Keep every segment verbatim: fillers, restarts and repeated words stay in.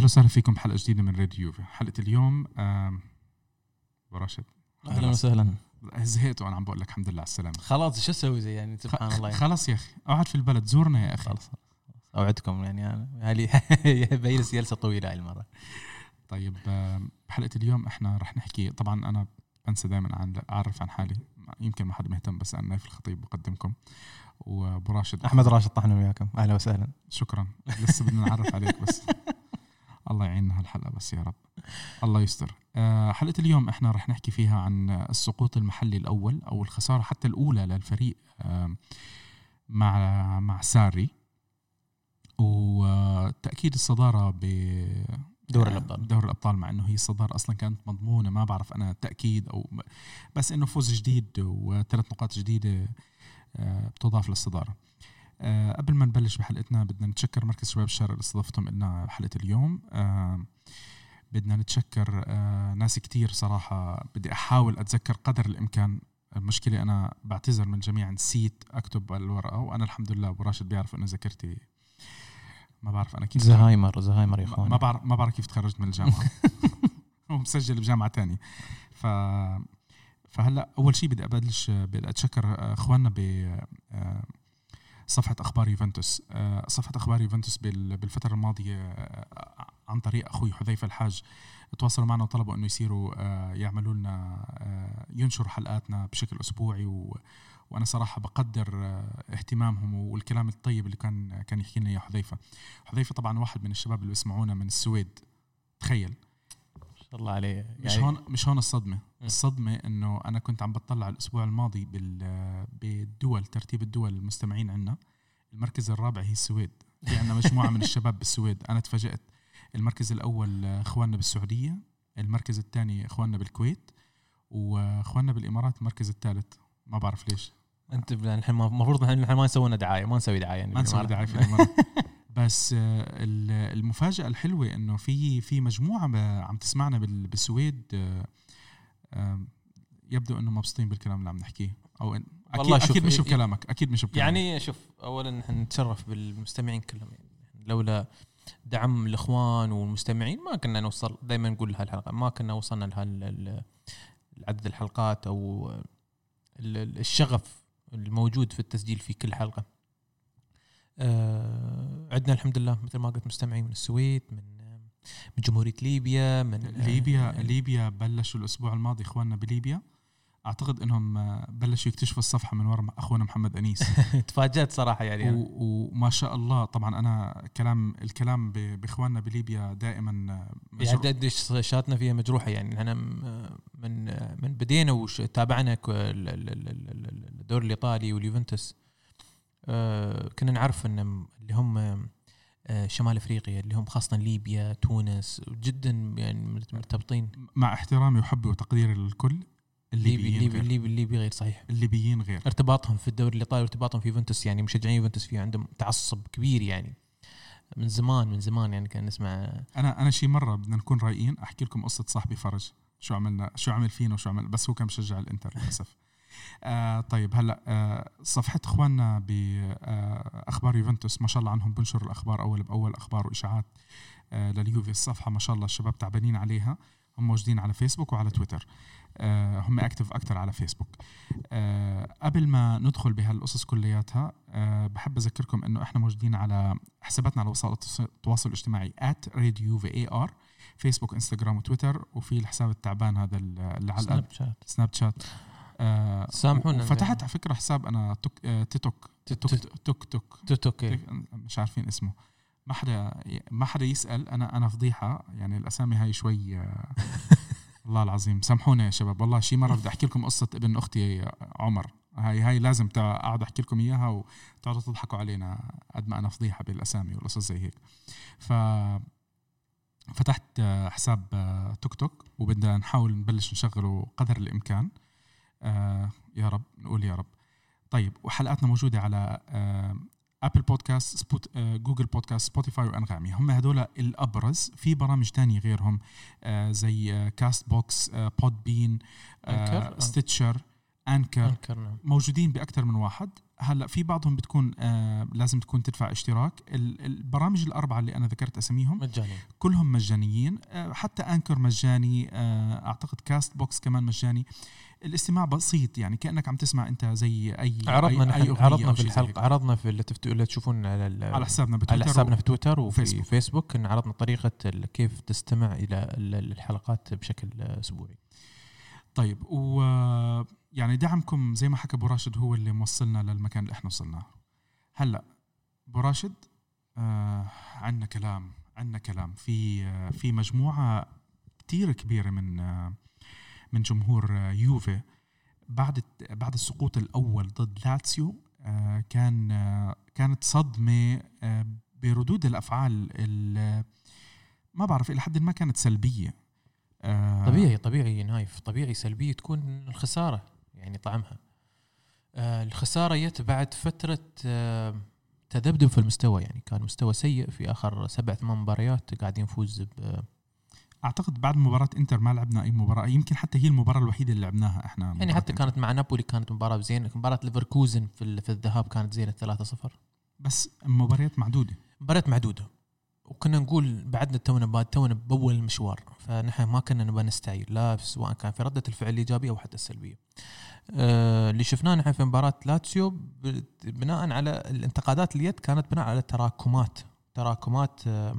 وسهلا فيكم بحلقة جديدة من راديو يوفي. حلقة اليوم براشد أهلا وسهلا. زهقت وأنا عم بقول لك الحمد لله على السلامة. خلاص شو أسوي زي يعني سبحان الله يعني. خلاص يا أخي أقعد في البلد زورنا يا أخي. خلاص أوعدكم يعني أنا هالي بيجلس جلسة طويلة هاي المرة. طيب بحلقة اليوم إحنا رح نحكي، طبعا أنا بنسى دائما عن أعرف عن حالي، يمكن ما حدا مهتم، بس أنا نايف الخطيب بقدمكم وبراشد أحمد راشد طحنا وياكم. أهلا وسهلا. شكرا. لسه بدنا نعرف عليك بس الله يعيننا هالحلقة بس يا رب. الله يستر. أه حلقة اليوم احنا رح نحكي فيها عن السقوط المحلي الأول أو الخسارة حتى الأولى للفريق أه مع مع ساري، وتأكيد الصدارة بدور الأبطال. دور الأبطال، مع إنه هي الصدارة أصلا كانت مضمونة، ما بعرف أنا تأكيد أو بس إنه فوز جديد وثلاث نقاط جديدة أه بتضاف للصدارة. أه قبل ما نبلش بحلقتنا بدنا نتشكر مركز شباب الشارع اللي استضافتهم لنا حلقة اليوم. أه بدنا نتشكر أه ناس كتير صراحة، بدي أحاول أتذكر قدر الإمكان. المشكلة أنا بعتذر من الجميع، نسيت أكتب الورقة، وأنا الحمد لله أبو راشد بيعرف إنه ذاكرتي ما بعرف أنا كيف زهايمر زهايمر يا إخوان، ما بعرف ما بعرف كيف تخرجت من الجامعة ومسجل بجامعة تانية. ف فهلا أول شيء بدي أبلش بدي أتشكر إخواننا ب صفحة أخبار يوفنتوس. صفحة أخبار يوفنتوس بالفترة الماضية عن طريق أخوي حذيفة الحاج تواصلوا معنا وطلبوا أنه يصيروا يعملوا لنا ينشروا حلقاتنا بشكل أسبوعي، و... وأنا صراحة بقدر اهتمامهم والكلام الطيب اللي كان كان يحكي لنا يا حذيفة. حذيفة طبعا واحد من الشباب اللي بيسمعونا من السويد، تخيل ما شاء الله عليه يعني. مش هون مش هون الصدمة الصدمة إنه أنا كنت عم بطلع الأسبوع الماضي بال بالدول، ترتيب الدول المستمعين عنا، المركز الرابع هي السويد. في عنا مجموعة من الشباب بالسويد، أنا تفاجأت. المركز الأول إخواننا بالسعودية، المركز الثاني إخواننا بالكويت، وإخواننا بالإمارات المركز الثالث. ما بعرف ليش أنت الحين المفروض نحن ما نسوينا دعاية ما نسوي دعاية يعني ما نسوي دعاية في الإمارات. بس المفاجأة الحلوة إنه في في مجموعة عم تسمعنا بالسويد، يبدو إنه مبسوطين بالكلام اللي عم نحكيه، أو إن أكيد, أكيد مش بكلامك أكيد مش بكلامك. يعني شوف، أولا نحن نتشرف بالمستمعين كلهم، يعني لولا دعم الإخوان والمستمعين ما كنا نوصل. دايما نقول هالحلقة ما كنا وصلنا لهالعدد الحلقات أو الشغف الموجود في التسجيل في كل حلقة. أه عندنا الحمد لله مثل ما قلت مستمعين من السويد، من من جمهورية ليبيا، من ليبيا. ليبيا بلشوا الأسبوع الماضي إخواننا بليبيا، أعتقد إنهم بلشوا يكتشفوا الصفحة من وراء أخونا محمد أنيس. تفاجأت صراحة يعني. و... وما شاء الله. طبعا أنا كلام الكلام ب... بإخواننا بليبيا دائما مجروح. يعني شاتنا فيها مجروحة، يعني أنا من من بدينا وتابعنا الدوري الإيطالي واليوفنتوس، كنا نعرف إن اللي هم شمال أفريقيا اللي هم خاصة ليبيا تونس جدا يعني مرتبطين. مع احترامي وحبي وتقديري للكل، الليبيين الليبي الليبي الليبي غير صحيح. الليبيين غير ارتباطهم في الدوري الإيطالي وارتباطهم في يوفنتوس، يعني مشجعين يوفنتوس فيه عندهم تعصب كبير يعني من زمان من زمان يعني كان نسمع. أنا أنا شي مرة بدنا نكون رايقين أحكي لكم قصة صاحبي فرج، شو عملنا شو عمل فينا وشو عمل، بس هو كان مشجع الإنتر للأسف. آه طيب هلا آه صفحة إخواننا بأخبار آه يوفنتوس ما شاء الله عنهم بنشر الأخبار أول بأول، أخبار وإشاعات آه لليوفي. الصفحة ما شاء الله الشباب تعبانين عليها، هم موجودين على فيسبوك وعلى تويتر. آه هم أكتف أكتر على فيسبوك. آه قبل ما ندخل بهالقصص كلياتها آه بحب أذكركم إنه إحنا موجودين على حساباتنا على وسائل التواصل الاجتماعي آت راديو يوفي إيه آر، فيسبوك إنستغرام وتويتر، وفي الحساب التعبان هذا اللي على سناب شات سناب شات. آه سامحونا. فتحت على فكرة حساب أنا توك آه تيتوك توك توك توك توك مش عارفين اسمه، ما حدا ما حدا يسأل. أنا أنا فضيحة يعني الأسامي هاي شوي آه الله العظيم سامحونا يا شباب. والله شي مرة بدي أحكي لكم قصة ابن أختي عمر، هاي هاي لازم أقعد أحكي لكم إياها وتقعدوا تضحكوا علينا قد ما أنا فضيحة بالأسامي والقصص زي هيك. ف فتحت حساب توك توك وبدنا نحاول نبلش نشغله قدر الإمكان. آه يا رب نقول يا رب. طيب وحلقاتنا موجودة على آه أبل بودكاست، سبوت، آه جوجل بودكاست، سبوتيفاي وأنغامي، هم هدول الأبرز. في برامج تانية غيرهم آه زي آه كاست بوكس، آه بود بين، آه ستيتشر، أنكر، موجودين بأكتر من واحد. هلا في بعضهم بتكون آه لازم تكون تدفع اشتراك. البرامج الأربعة اللي أنا ذكرت أسميهم مجاني، كلهم مجانيين. آه حتى أنكر مجاني، آه أعتقد كاست بوكس كمان مجاني. الاستماع بسيط، يعني كأنك عم تسمع أنت زي أي عرضنا أي, أي عرضنا في الحلقة، عرضنا في اللي, تفتو... اللي تشوفون على على حسابنا بتويتر، على حسابنا في تويتر وفي وفيسبوك. فيسبوك إن عرضنا طريقة كيف تستمع إلى الحلقات بشكل أسبوعي. طيب، و يعني دعمكم زي ما حكى أبو راشد هو اللي موصلنا للمكان اللي احنا وصلنا. هلا أبو راشد، آه عندنا كلام عندنا كلام في آه في مجموعة كتير كبيرة من آه من جمهور آه يوفي بعد بعد السقوط الأول ضد لاتسيو. آه كان آه كانت صدمة آه بردود الأفعال، ما بعرف إلى حد ما كانت سلبية. آه طبيعي طبيعي نايف طبيعي سلبية تكون الخسارة يعني طعمها. آه الخسارة جت بعد فترة آه تذبذب في المستوى، يعني كان مستوى سيء في آخر سبع ثمان مباريات قاعدين نفوز ب أعتقد بعد مباراة إنتر ما لعبنا أي مباراة، يمكن حتى هي المباراة الوحيدة اللي لعبناها إحنا. يعني حتى إنتر. كانت مع نابولي كانت مباراة زينة، مباراة ليفركوزن في في الذهاب كانت زينة ثلاثة صفر، بس مباريات معدودة مباريات معدودة. وكنا نقول بعدنا تونا بعد تونا بأول المشوار، فنحن ما كنا نبغى نستعير لا سواء كان في ردة الفعل الإيجابية أو حتى السلبية. أه اللي شفناه نحن في مباراة لاتسيو بناء على الانتقادات اللي جت كانت بناء على تراكمات تراكمات أه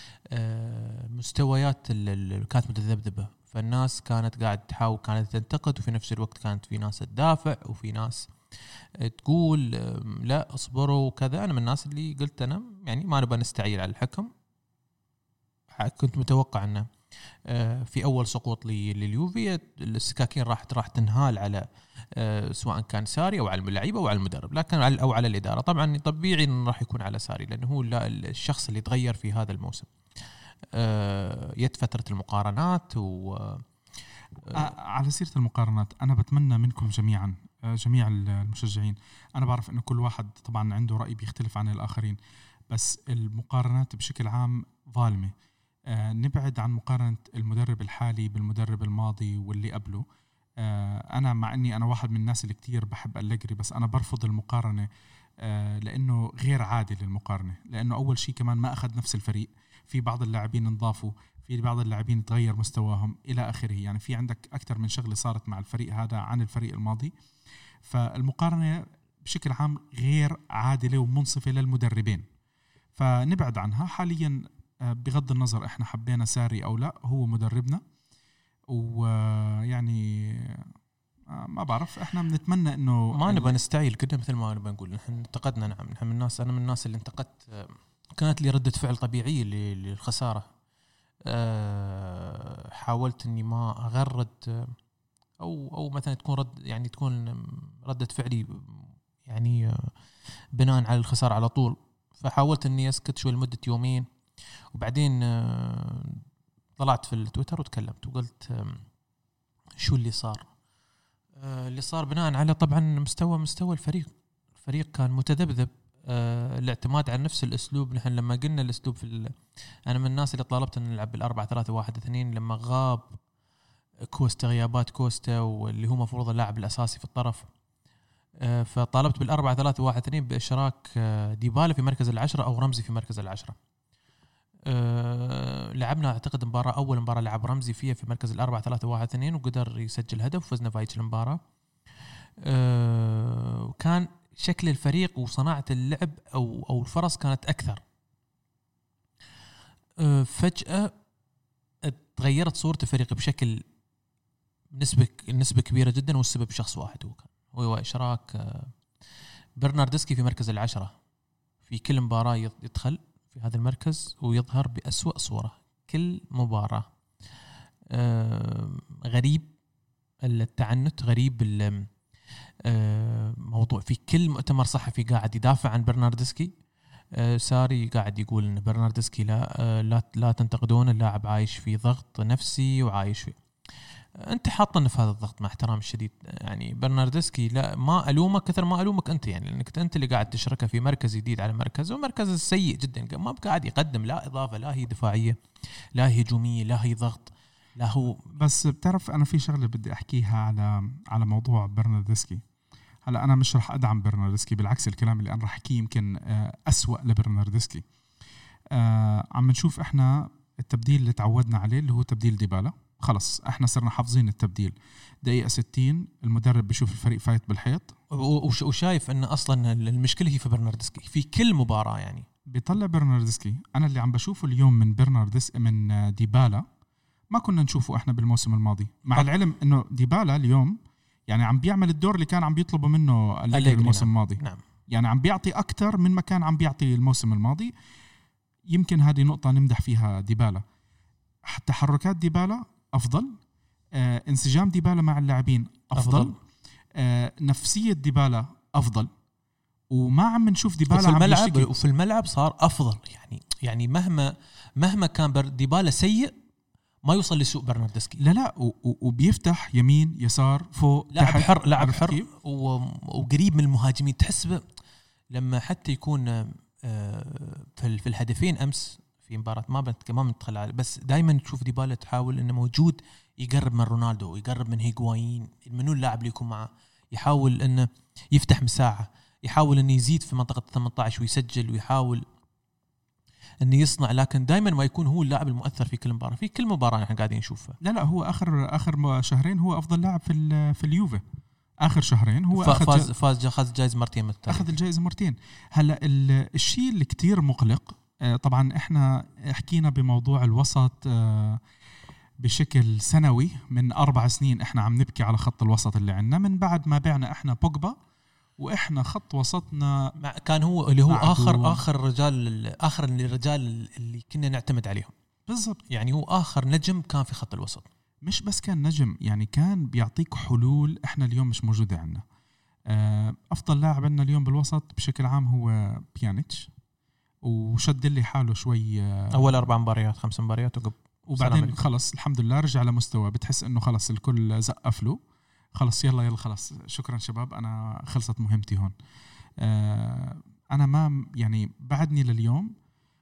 أه مستويات اللي كانت متذبذبة، فالناس كانت قاعد تحاول كانت تنتقد، وفي نفس الوقت كانت في ناس تدافع وفي ناس تقول لا اصبروا وكذا. أنا من الناس اللي قلت أنا يعني ما نبغى نستعير على الحكم. كنت متوقع أنه في أول سقوط لليوفي السكاكين راح راح تنهال على سواء كان ساري أو على اللعيبة أو على المدرب، لكن على أو على الإدارة. طبعا طبيعي إنه راح يكون على ساري لأنه هو الشخص اللي تغير في هذا الموسم. يد فترة المقارنات و على سيرة المقارنات، أنا بتمنى منكم جميعا جميع المشجعين، أنا بعرف إنه كل واحد طبعا عنده رأي بيختلف عن الآخرين، بس المقارنات بشكل عام ظالمة. آه نبعد عن مقارنة المدرب الحالي بالمدرب الماضي واللي قبله. آه أنا مع أني أنا واحد من الناس اللي كتير بحب أليجري، بس أنا برفض المقارنة آه لأنه غير عادل المقارنة. لأنه أول شيء كمان ما أخذ نفس الفريق، في بعض اللاعبين انضافوا، في بعض اللاعبين تغير مستواهم إلى آخره. يعني في عندك أكثر من شغلة صارت مع الفريق هذا عن الفريق الماضي. فالمقارنة بشكل عام غير عادلة ومنصفة للمدربين، فنبعد عنها حاليا. بغض النظر احنا حبينا ساري او لا، هو مدربنا، ويعني ما بعرف احنا بنتمنى انه ما نبغى نستعيل كده مثل ما نبغى نقول. نحن انتقدنا، نعم نحن من الناس، انا من الناس اللي انتقدت كانت لي ردة فعل طبيعية للخسارة. حاولت اني ما اغرد او او مثلا تكون رد يعني تكون ردة فعلي يعني بناء على الخسارة على طول، فحاولت اني اسكت شوي لمدة يومين، وبعدين طلعت في التويتر وتكلمت وقلت شو اللي صار. اللي صار بناء على طبعا مستوى مستوى الفريق الفريق كان متذبذب. الاعتماد على نفس الاسلوب، نحن لما قلنا الاسلوب في ال... انا من الناس اللي طالبت ان نلعب بالأربعة ثلاثة واحد اثنين لما غاب كوستا، غيابات كوستا واللي هو مفروض اللاعب الاساسي في الطرف، فطالبت بالأربعة ثلاثة واحد اثنين بإشراك ديبالا في مركز العشرة أو رمزي في مركز العشرة. أه لعبنا أعتقد مباراة أول مباراة لعب رمزي فيها في مركز الأربعة ثلاثة واحد اثنين وقدر يسجل هدف وفزنا في هاي المباراة. أه وكان شكل الفريق وصناعة اللعب أو أو الفرص كانت أكثر. أه فجأة تغيرت صورة الفريق بشكل نسبة نسبة كبيرة جدا، والسبب شخص واحد هو كان هو إشراك برناردسكي في مركز العشرة. في كل مباراة يدخل في هذا المركز ويظهر بأسوأ صورة كل مباراة. غريب التعنت، غريب الموضوع. في كل مؤتمر صحفي قاعد يدافع عن برناردسكي. ساري قاعد يقول إن برناردسكي لا لا لا تنتقدون، اللاعب عايش في ضغط نفسي وعايش في انت حاطني في هذا الضغط مع احترام الشديد. يعني برناردسكي لا ما الومك كثر ما الومك انت، يعني لانك انت اللي قاعد تشركه في مركز جديد على مركز، ومركز سيء جدا، ما قاعد يقدم لا اضافه، لا هي دفاعيه لا هجوميه لا هي ضغط لا هو. بس بتعرف انا في شغله بدي احكيها على على موضوع برناردسكي. هلا انا مش رح ادعم برناردسكي، بالعكس الكلام اللي انا رح احكيه يمكن أسوأ لبرناردسكي. آه عم نشوف احنا التبديل اللي تعودنا عليه اللي هو تبديل ديبالا، خلص احنا صرنا حافظين التبديل. دقيقة ستين المدرب بيشوف الفريق فايت بالحيط، وشايف ان اصلا المشكلة هي في برناردسكي في كل مباراة، يعني بيطلع برناردسكي. انا اللي عم بشوفه اليوم من برناردس من ديبالا ما كنا نشوفه احنا بالموسم الماضي، مع طب. العلم انه ديبالا اليوم يعني عم بيعمل الدور اللي كان عم بيطلبه منه الموسم الماضي. نعم. يعني عم بيعطي اكتر من ما كان عم بيعطي الموسم الماضي. يمكن هذه نقطة نمدح فيها ديبالا. تحركات ديبالا أفضل، آه، انسجام ديبالا مع اللاعبين أفضل, أفضل. آه، نفسية ديبالا أفضل، وما عم نشوف ديبالا وفي الملعب عم وفي الملعب صار أفضل. يعني يعني مهما مهما كان ديبالا سيء ما يوصل لسوء برناردسكي. لا لا وبيفتح يمين يسار فوق لاعب حر لاعب حر وقريب من المهاجمين. تحسبه لما حتى يكون في في الهدفين امس في مباراه ما بنت ما بندخل على، بس دائما تشوف ديبالا تحاول انه موجود يقرب من رونالدو، يقرب من هيغوايين، منو اللاعب اللي يكون معه، يحاول انه يفتح مساحه، يحاول انه يزيد في منطقه ثمانية عشر ويسجل، ويحاول انه يصنع، لكن دائما ما يكون هو اللاعب المؤثر في كل مباراه. في كل مباراه احنا قاعدين نشوفها. لا لا هو اخر اخر شهرين هو افضل لاعب في في اليوفي. اخر شهرين هو اخذ فاز فاز اخذ جائزه مرتين متتاليه، اخذ الجائزه مرتين. هلا الشيء اللي كتير مقلق، طبعا احنا حكينا بموضوع الوسط بشكل سنوي من اربع سنين، احنا عم نبكي على خط الوسط اللي عندنا من بعد ما بعنا احنا بوجبا، واحنا خط وسطنا كان هو اللي هو اخر اخر رجال اخر الرجال اللي كنا نعتمد عليهم بالضبط. يعني هو اخر نجم كان في خط الوسط، مش بس كان نجم، يعني كان بيعطيك حلول احنا اليوم مش موجوده عندنا. افضل لاعب عندنا اليوم بالوسط بشكل عام هو بيانيتش، وشد لي حاله شوي اول اربع مباريات خمس مباريات وقب وبعدين خلص الحمد لله رجع لمستوى، بتحس انه خلص الكل زقف له، خلص يلا يلا خلص شكرا شباب انا خلصت مهمتي هون. انا ما يعني بعدني لليوم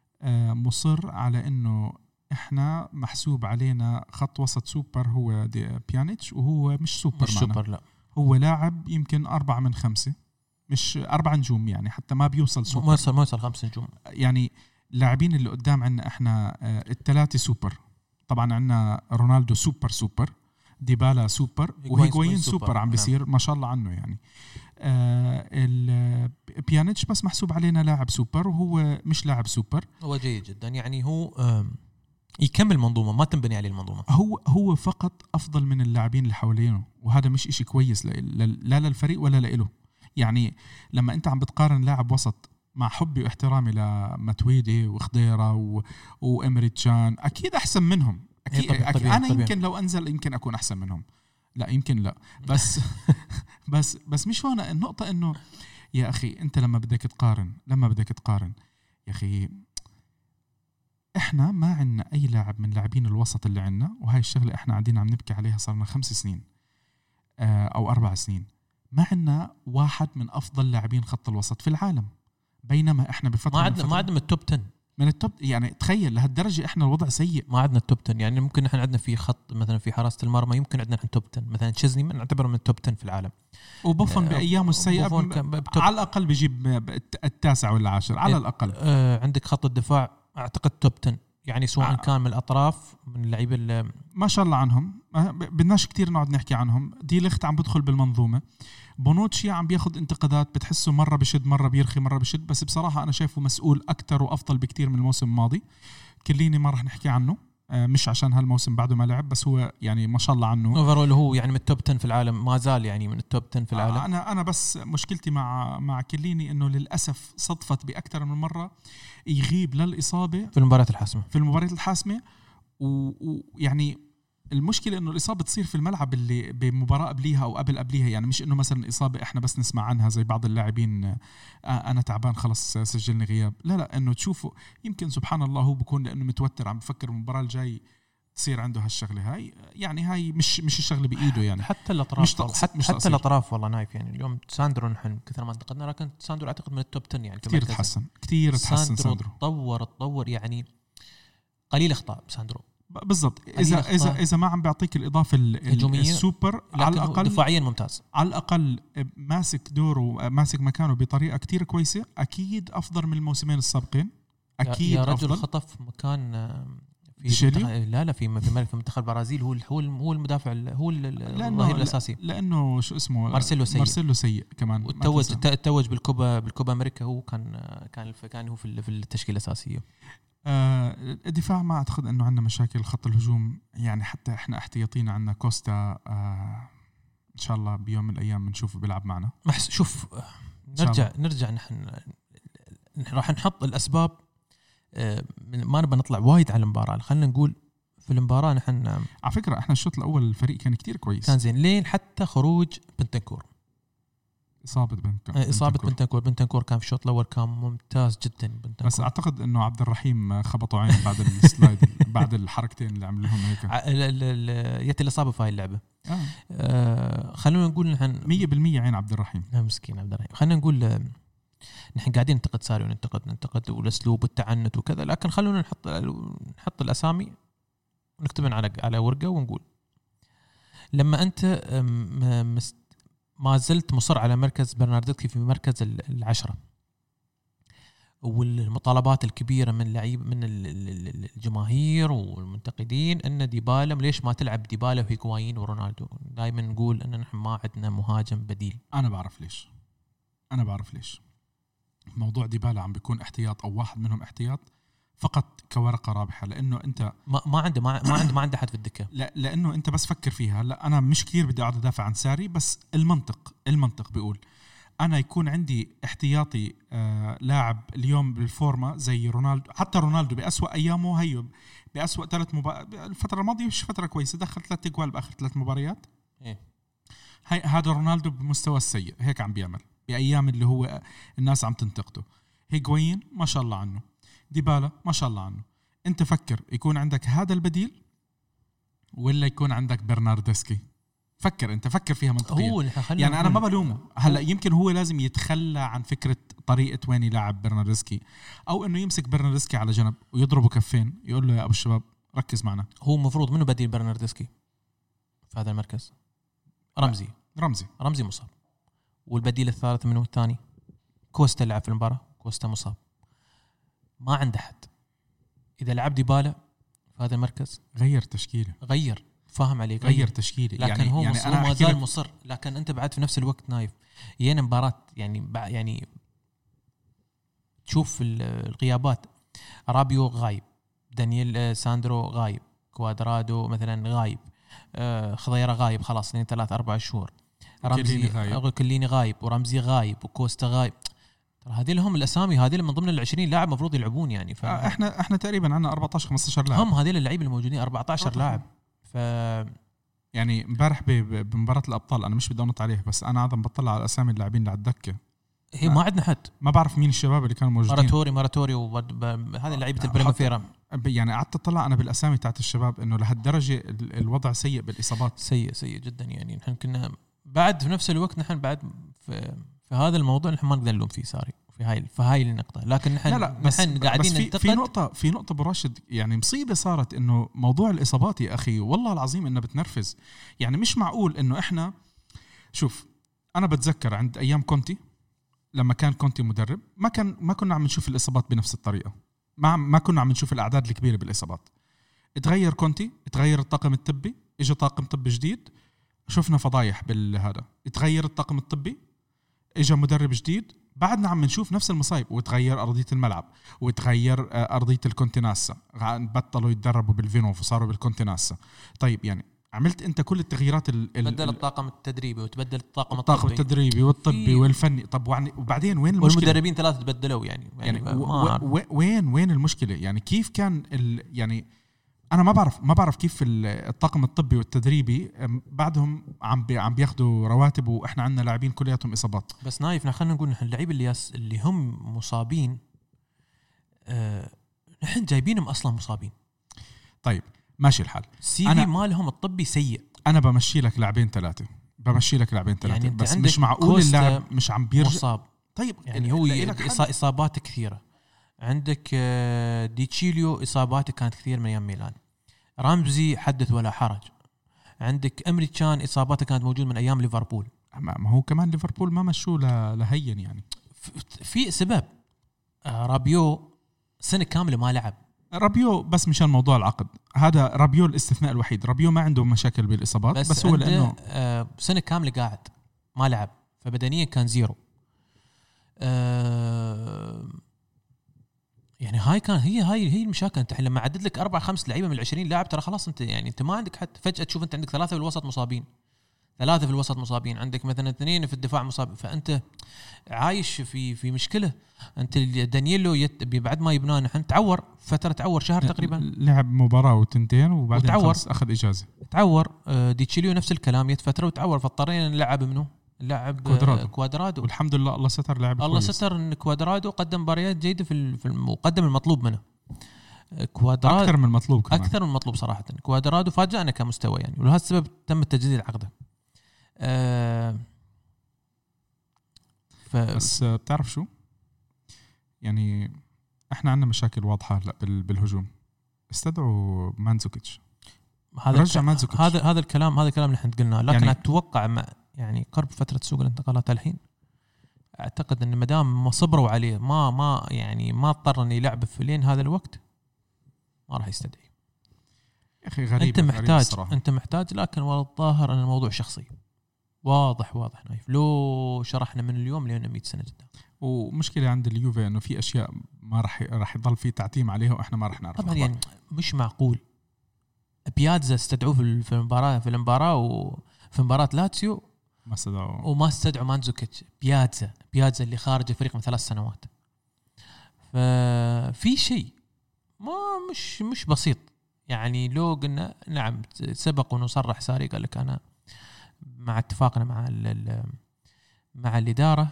مصر على انه احنا محسوب علينا خط وسط سوبر هو بيانيتش، وهو مش سوبر مش معنا. سوبر لا، هو لاعب يمكن أربعة من خمسة، مش أربعة نجوم، يعني حتى ما بيوصل سوبر، ما يوصل ما يوصل خمس نجوم. يعني اللاعبين اللي قدام عنا احنا الثلاثة سوبر. طبعا عنا رونالدو سوبر سوبر، ديبالا سوبر، وهيغوايين سوبر, سوبر عم بيصير ما شاء الله عنه. يعني آه البيانيتش بس محسوب علينا لاعب سوبر، وهو مش لاعب سوبر. هو جيد جدا، يعني هو يكمل منظومة ما تنبني عليه المنظومة. هو هو فقط أفضل من اللاعبين اللي حوالينه، وهذا مش إشي كويس لا للفريق ولا لإله. يعني لما أنت عم بتقارن لاعب وسط، مع حبي واحترامي لماتويدي وخضيرة و... وإمري تشان، أكيد أحسن منهم. أكيد, طبيعي أكيد. طبيعي. أنا طبيعي. يمكن لو أنزل يمكن أكون أحسن منهم، لا يمكن لا، بس بس بس مش هون النقطة. إنه يا أخي أنت لما بدك تقارن لما بدك تقارن يا أخي إحنا ما عنا أي لاعب من لاعبين الوسط اللي عنا، وهاي الشغلة إحنا قاعدين عم نبكي عليها صارنا خمس سنين أو أربع سنين. ما عنا واحد من أفضل لاعبين خط الوسط في العالم، بينما إحنا بفترة ما عندنا ما عندنا من التوب عشرة من التوب. يعني تخيل لهالدرجة إحنا الوضع سيء، ما عندنا التوب عشرة. يعني ممكن إحنا عندنا في خط مثلا في حراسة المرمى يمكن عندنا التوب عشرة، مثلا تشيزني من نعتبره من التوب عشرة في العالم، وبوفون آه بأيامه السيئة على الأقل بيجيب التاسع ولا العاشر على الأقل. آه عندك خط الدفاع أعتقد توب عشرة، يعني سواء آه. كان من الأطراف من اللعيبة اللي ما شاء الله عنهم، بدناش كتير نقعد نحكي عنهم. دي لخت عم بدخل بالمنظومة، بونوتشي عم بياخد انتقادات، بتحسه مرة بشد مرة بيرخي مرة بشد، بس بصراحة أنا شايفه مسؤول أكتر وأفضل بكتير من الموسم الماضي. كليني ما رح نحكي عنه، مش عشان هالموسم بعده ما لعب، بس هو يعني ما شاء الله عنه اوفرول هو يعني من التوب عشرة في العالم، ما زال يعني من التوب عشرة في العالم. انا انا بس مشكلتي مع مع كليني انه للاسف صدفت باكثر من مره يغيب للاصابه في المباريات الحاسمه في المباريات الحاسمه ويعني المشكله انه الاصابه تصير في الملعب اللي بمباراه قبليها او قبل قبليها. يعني مش انه مثلا اصابه احنا بس نسمع عنها زي بعض اللاعبين انا تعبان خلص سجلني غياب، لا لا انه تشوفوا يمكن سبحان الله هو بكون لانه متوتر عم بفكر المباراه الجاي تصير عنده هالشغله هاي. يعني هاي مش مش الشغله بايده، يعني حتى الاطراف مش تقص... حتى, مش حتى الاطراف والله نايف. يعني اليوم ساندرو نحن كثر ما انتقدنا، لكن ساندرو اعتقد من التوب عشرة، يعني كثير تحسن كثير تحسن ساندرو تطور تطور يعني قليل اخطاء ساندرو بالضبط. اذا اذا اذا ما عم بيعطيك الاضافه السوبر على الاقل دفاعيا ممتاز، على الاقل ماسك دوره ماسك مكانه بطريقه كتير كويسه، اكيد افضل من الموسمين السابقين. اكيد يا رجل أفضل. خطف مكان في منتخب لا لا في في في منتخب البرازيل، هو هو هو المدافع هو الظهير الاساسي، لانه شو اسمه مارسيلو سيء مارسيلو سيء كمان، وتوج توج بالكوبا بالكوبا امريكا، هو كان كان كان هو في في التشكيله الاساسيه. آه الدفاع ما اعتقد انه عندنا مشاكل. خط الهجوم يعني حتى احنا احتياطينا عندنا كوستا، آه ان شاء الله بيوم من الايام بنشوفه بيلعب معنا. محس شوف نرجع نرجع نحن راح نحط الاسباب، ما نبغى نطلع وايد على المباراة، خلينا نقول في المباراة نحن على فكرة احنا الشوط الأول الفريق كان كتير كويس، كان زين لين حتى خروج بنتنكور، إصابة بنتنكور إصابة بنتنكور بنتنكور كان في الشوط الأول كان ممتاز جدا بنتنكور. بس أعتقد إنه عبد الرحيم خبطوا عين بعد السلايد بعد الحركتين اللي عملوهم هيك يأتي الإصابة في هاي اللعبة. آه. آه خلونا نقول نحن مية بالمية عين عبد الرحيم، مسكين عبد الرحيم. خلينا نقول نحن قاعدين ننتقد ساري وننتقد ننتقد والاسلوب والتعنت وكذا، لكن خلونا نحط نحط الاسامي ونكتبها على على ورقه ونقول لما انت ما زلت مصر على مركز برناردسكي في مركز العشرة، والمطالبات الكبيره من لعيب من الجماهير والمنتقدين ان ديبالا ليش ما تلعب ديبالا وهيغوايين ورونالدو، دائما نقول ان نحن ما عندنا مهاجم بديل. انا بعرف ليش انا بعرف ليش موضوع ديبالا عم بيكون احتياط او واحد منهم احتياط فقط كورقه رابحه، لانه انت ما ما عنده ما, ما عنده ما عنده حد في الدكه. لا لانه انت بس فكر فيها. لا انا مش كثير بدي اقعد ادافع عن ساري، بس المنطق المنطق بيقول انا يكون عندي احتياطي آه لاعب اليوم بالفورمه زي رونالدو. حتى رونالدو بأسوأ ايامه هي بأسوأ ثلاث مبا... الفتره الماضيه مش فتره كويسه، دخل ثلاث اجوال باخر ثلاث مباريات. ايه هاي هذا رونالدو بمستوى السيء هيك عم بيعمل بايام اللي هو الناس عم تنتقده. هيغوايين ما شاء الله عنه، ديبالا ما شاء الله عنه. انت فكر يكون عندك هذا البديل ولا يكون عندك برناردسكي؟ فكر انت فكر فيها منطقيا. يعني انا ما بلومه هلا، يمكن هو لازم يتخلى عن فكره طريقه وين يلعب برناردسكي، او انه يمسك برناردسكي على جنب ويضربه كفين يقول له يا ابو الشباب ركز معنا. هو مفروض منه بديل برناردسكي في هذا المركز؟ رمزي رمزي رمزي مصاب، والبديل الثالث منه الثاني كوستا لعب في المباراة، كوستا مصاب، ما عنده حد. إذا لعب ديبالا في هذا المركز غير تشكيله، غير فاهم عليك غير, غير تشكيله، لكن يعني هو يعني أنا ما زال مصر. لكن أنت بعد في نفس الوقت نايف ين مباراة يعني يعني تشوف الغيابات، رابيو غايب، دانييل ساندرو غايب، كوادرادو مثلا غايب، خضيرة غايب خلاص اثنين ثلاث أربع شهور، رمزي غايب. كليني غايب ورمزي غايب وكوستا غايب. ترى هذه لهم الاسامي، هذه من ضمن العشرين لاعب مفروض يلعبون يعني. ف... احنا احنا تقريبا عندنا أربعة عشر خمسة عشر لاعب، هم هذول اللعيبه الموجودين أربعة عشر لاعب. ف يعني امبارح بمباراه الابطال انا مش بدي انط عليه، بس انا عادة بطلع على اسامي اللاعبين اللي على الدكه، هي ما عندنا حد، ما بعرف مين الشباب اللي كانوا موجودين. ماراتوري ماراتوري وهذه لعيبه البريمافيرا. يعني قعدت اطلع انا بالاسامي تاعت الشباب انه لهالدرجه الوضع سيء بالاصابات، سيء سيء جدا. يعني نحن كنا بعد في نفس الوقت نحن بعد في, في هذا الموضوع نحن ما نقدر نلوم فيه ساري في هاي في هاي النقطه، لكن نحن لا لا بس نحن قاعدين بس في, في نقطه في نقطه ابو راشد، يعني مصيبه صارت انه موضوع الاصابات يا اخي والله العظيم انه بتنرفز. يعني مش معقول انه احنا شوف، انا بتذكر عند ايام كونتي لما كان كونتي مدرب ما كان ما كنا عم نشوف الاصابات بنفس الطريقه، ما ما كنا عم نشوف الاعداد الكبيره بالاصابات. اتغير كونتي، اتغير الطاقم الطبي، اجى طاقم طبي جديد، شفنا فضايح بالهذا. اتغير الطاقم الطبي، اجى مدرب جديد، بعدنا عم نشوف نفس المصايب. وتغير ارضيه الملعب، وتغير ارضيه الكونتيناسا، بطلوا يتدربوا بالفينوف وصاروا بالكونتيناسا. طيب يعني عملت انت كل التغييرات ال بدل الطاقم التدريبي وتبدل الطاقم الطاقم الطبي التدريبي والطبي والفني. طب وبعدين وين المشكله؟ والمدربين ثلاثه تبدلوا يعني, يعني, يعني و- وين وين المشكله؟ يعني كيف كان ال يعني انا ما بعرف ما بعرف كيف الطاقم الطبي والتدريبي بعدهم عم بي عم بياخذوا رواتب واحنا عندنا لاعبين كلياتهم اصابات. بس نايف خلينا نقول نحن اللعيبه اللي يس اللي هم مصابين أه نحن جايبينهم اصلا مصابين. طيب ماشي الحال، السي في مالهم الطبي سيء. انا بمشي لك لاعبين ثلاثه بمشي لك لاعبين ثلاثه يعني بس مش معقول اللاعب مش عم بيرجع مصاب. طيب يعني هو اصابات كثيره. عندك ديتشيليو اصاباته كانت كثير من ايام ميلان. رامزي حدث ولا حرج. عندك امريكان اصاباته كانت موجود من ايام ليفربول. ما هو كمان ليفربول ما مشوه لهين يعني. في سبب رابيو سنه كامله ما لعب. رابيو بس مشان موضوع العقد، هذا رابيو الاستثناء الوحيد. رابيو ما عنده مشاكل بالاصابات، بس, بس هو لانه سنه كامله قاعد ما لعب، فبدنيا كان زيرو. أه يعني هاي كان هي هاي هي المشاكل. انت لما عدد لك اربع خمس لعيبه من العشرين لاعب ترى خلاص انت يعني انت ما عندك حتى فجاه تشوف انت عندك ثلاثه في الوسط مصابين، ثلاثه في الوسط مصابين، عندك مثلا اثنين في الدفاع مصاب، فانت عايش في في مشكله. انت دانييلو يت بعد ما يبنى نحن تعور فتره، تعور شهر تقريبا، لعب مباراه وتنتين وبعدين وتعور. اخذ اجازه. تعور ديتشيليو نفس الكلام، يت فتره وتعور، فاضطرينا نلعب منه لاعب كوادرادو. كوادرادو والحمد لله الله ستر لعب الله كويس. ستر ان كوادرادو قدم مباريات جيده في في المقدم المطلوب منه. كوادرادو اكثر من المطلوب كمان. اكثر من المطلوب صراحه. كوادرادو فاجأنا كمستوى يعني، ولهذا السبب تم تجديد عقده. أه ف... بس بتعرف شو يعني، احنا عندنا مشاكل واضحه هلا بالهجوم. استدعوا مانزوكيتش. هذا رجع مانزوكيتش. هذا هذا الكلام هذا الكلام اللي احنا قلناه، لكن يعني اتوقع مع يعني قرب فتره سوق الانتقالات الحين، اعتقد ان مدام ما صبروا عليه ما ما يعني ما اضطر ان يلعب في لين هذا الوقت ما راح يستدعي. يا اخي غريب. انت محتاج انت محتاج لكن والله الظاهر ان الموضوع شخصي واضح واضح نايف. لو شرحنا من اليوم لين مئة سنه قدام. ومشكله عند اليوفي انه في اشياء ما راح راح يضل في تعتيم عليها واحنا ما راح نعرف. طبعا يعني مش معقول بياتزا استدعوه في المباراه في المباراه وفي مباراه لاتسيو ما استدعوا وما استدعوا مانزوكيتش. بياتزا بياتزا اللي خارج الفريق من ثلاث سنوات. ففي شيء ما مش مش بسيط يعني. لو قلنا نعم سبق ونصرح ساري قال لك انا مع اتفاقنا مع مع الاداره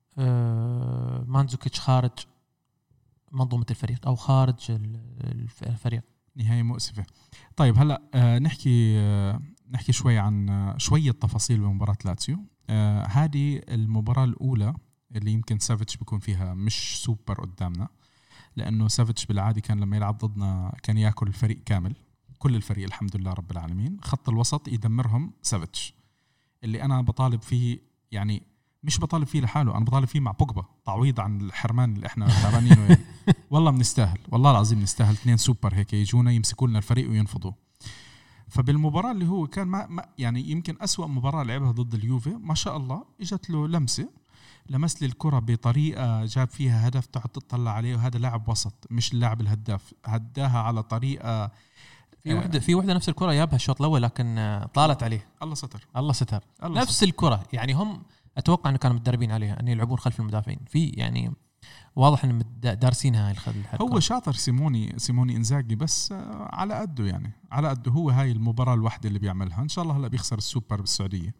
مانزوكيتش خارج منظومه الفريق او خارج الفريق. نهايه مؤسفه. طيب هلا آه نحكي آه نحكي شوي عن آه شويه تفاصيل بمباراه لاتسيو. آه هذه المباراه الاولى اللي يمكن سافيتش بيكون فيها مش سوبر قدامنا، لانه سافيتش بالعاده كان لما يلعب ضدنا كان ياكل الفريق كامل، كل الفريق الحمد لله رب العالمين. خط الوسط يدمرهم سافيتش، اللي انا بطالب فيه يعني مش بطالب فيه لحاله، انا بطالب فيه مع بوجبا تعويض عن الحرمان اللي احنا تعبانينه يعني. والله بنستاهل، والله العظيم نستاهل اثنين سوبر هيك يجونا يمسكوا لنا الفريق وينفضوا. فبالمباراه اللي هو كان ما, ما يعني يمكن أسوأ مباراه لعبها ضد اليوفي، ما شاء الله اجت له لمسه لمس لي الكره بطريقه جاب فيها هدف تقعد تطلع عليه، وهذا لاعب وسط مش اللاعب الهداف، هداها على طريقه. في وحده في وحده نفس الكره جابها الشوط الاول لكن طالت عليه. الله ستر الله ستر الله نفس ستر. الكره يعني هم اتوقع انه كانوا متدربين عليها ان يلعبون خلف المدافعين. في يعني واضح ان دارسينها هاي الحركه. هو شاطر سيموني سيموني انزاجي، بس على قده يعني على قده. هو هاي المباراه الواحده اللي بيعملها. ان شاء الله هلا بيخسر السوبر بالسعوديه،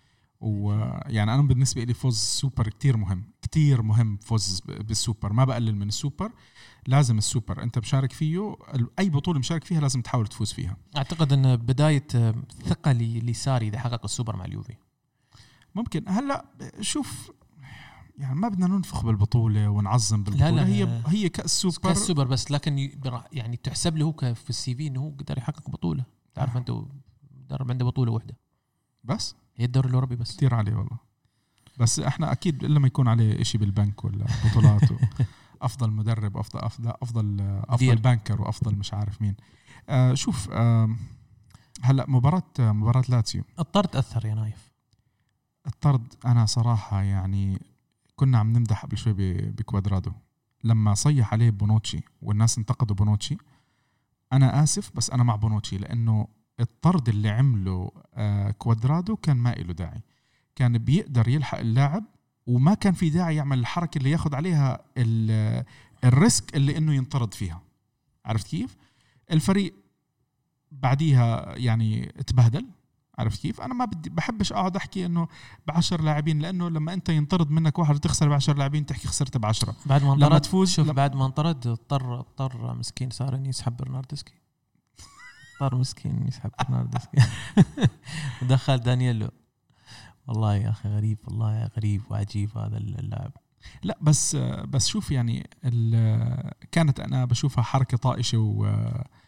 ويعني انا بالنسبه لي فوز سوبر كتير مهم كتير مهم. فوز بالسوبر ما بقلل من السوبر، لازم السوبر انت مشارك فيه، اي بطوله مشارك فيها لازم تحاول تفوز فيها. اعتقد ان بدايه ثقه لساري اذا حقق السوبر مع اليوفي ممكن. هلا شوف يعني ما بدنا ننفخ بالبطوله ونعظم بالبطوله. لا لا هي هي كاس سوبر كاس سوبر بس، لكن يعني تحسب له في السي في انه هو قدر يحقق بطوله. تعرف انت مدرب عنده بطوله واحده بس هي الدوري الاوروبي بس. كتير عليه والله، بس احنا اكيد الا ما يكون عليه إشي بالبنك ولا بطولات افضل مدرب افضل افضل افضل افضل بانكر وافضل مش عارف مين. آه شوف آه هلا مباراه مباراه لاتسيو الطرد اثر يا نايف. الطرد انا صراحه يعني كنا عم نمدح قبل شوي بكوادرادو لما صيح عليه بونوتشي والناس انتقدوا بونوتشي. انا اسف بس انا مع بونوتشي، لانه الطرد اللي عمله آه كوادرادو كان ما له داعي. كان بيقدر يلحق اللاعب وما كان في داعي يعمل الحركة اللي ياخد عليها الريسك اللي انه ينطرد فيها. عرفت كيف؟ الفريق بعديها يعني اتبهدل. عرفت كيف؟ انا ما بدي بحبش اقعد احكي انه بعشر لاعبين، لانه لما انت ينطرد منك واحد وتخسر بعشر لاعبين تحكي خسرت بعشرة. بعد ما انطرد تفوز شوف لما بعد ما انطرد اضطر اضطر مسكين صار اني يسحب برناردسكي. اضطر مسكين يسحب برناردسكي ودخل دانييلو. والله يا أخي غريب، والله يا غريب وعجيب هذا اللاعب. لا بس بس شوف يعني كانت أنا بشوفها حركة طائشة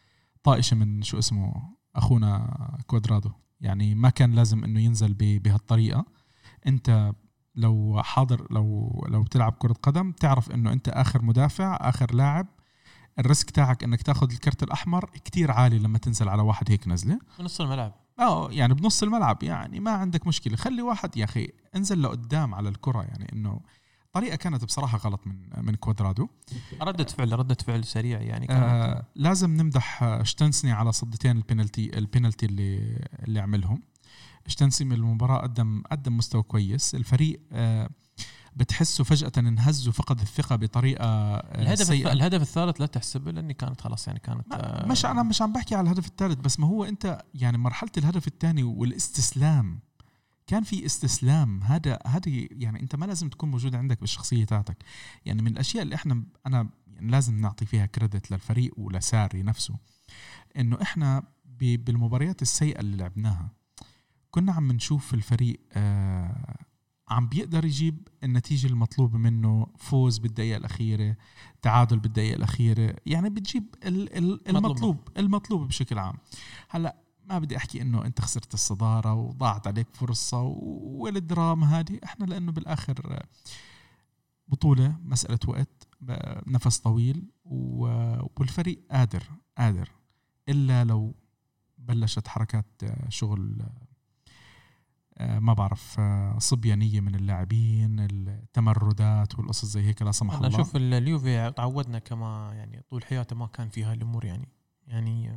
طائشه من شو اسمه اخونا كوادرادو، يعني ما كان لازم انه ينزل بهالطريقه. انت لو حاضر لو لو بتلعب كره قدم تعرف انه انت اخر مدافع اخر لاعب، الريسك تاعك انك تاخذ الكرت الاحمر كتير عالي لما تنزل على واحد هيك نزله بنص الملعب. اه يعني بنص الملعب، يعني ما عندك مشكله، خلي واحد يا اخي انزل لقدام على الكره. يعني انه طريقه كانت بصراحه غلط من من كوادرادو. ردة فعل ردة فعل سريع يعني كانت. آه لازم نمدح شتنسني على صدتين البينالتي البينالتي اللي اللي عملهم. شتنسني من المباراه قدم قدم مستوى كويس. الفريق آه بتحسه فجأة انهز وفقد الثقة بطريقة الهدف سيئة. الهدف الثالث لا تحسبه لأني كانت خلاص يعني كانت آه مش أنا مش عم بحكي على الهدف الثالث بس، ما هو أنت يعني مرحلة الهدف الثاني والاستسلام، كان في استسلام. هذا هذه يعني أنت ما لازم تكون موجود عندك بالشخصية تاعتك. يعني من الأشياء اللي إحنا أنا يعني لازم نعطي فيها كريدت للفريق ولساري نفسه، إنه إحنا بالمباريات السيئة اللي لعبناها كنا عم نشوف الفريق آه عم بيقدر يجيب النتيجة المطلوبة منه، فوز بالدقيقة الأخيرة، تعادل بالدقيقة الأخيرة، يعني بتجيب المطلوب المطلوب بشكل عام. هلأ ما بدي أحكي إنه أنت خسرت الصدارة وضاعت عليك فرصة والدراما هذه، إحنا لأنه بالآخر بطولة مسألة وقت، نفس طويل، والفريق قادر قادر إلا لو بلشت حركات شغل ما بعرف صبيانية من اللاعبين، التمردات والقصص زي هيك لا سمح الله. أنا أشوف اليوفي تعودنا كما يعني طول حياته ما كان فيها الأمور يعني يعني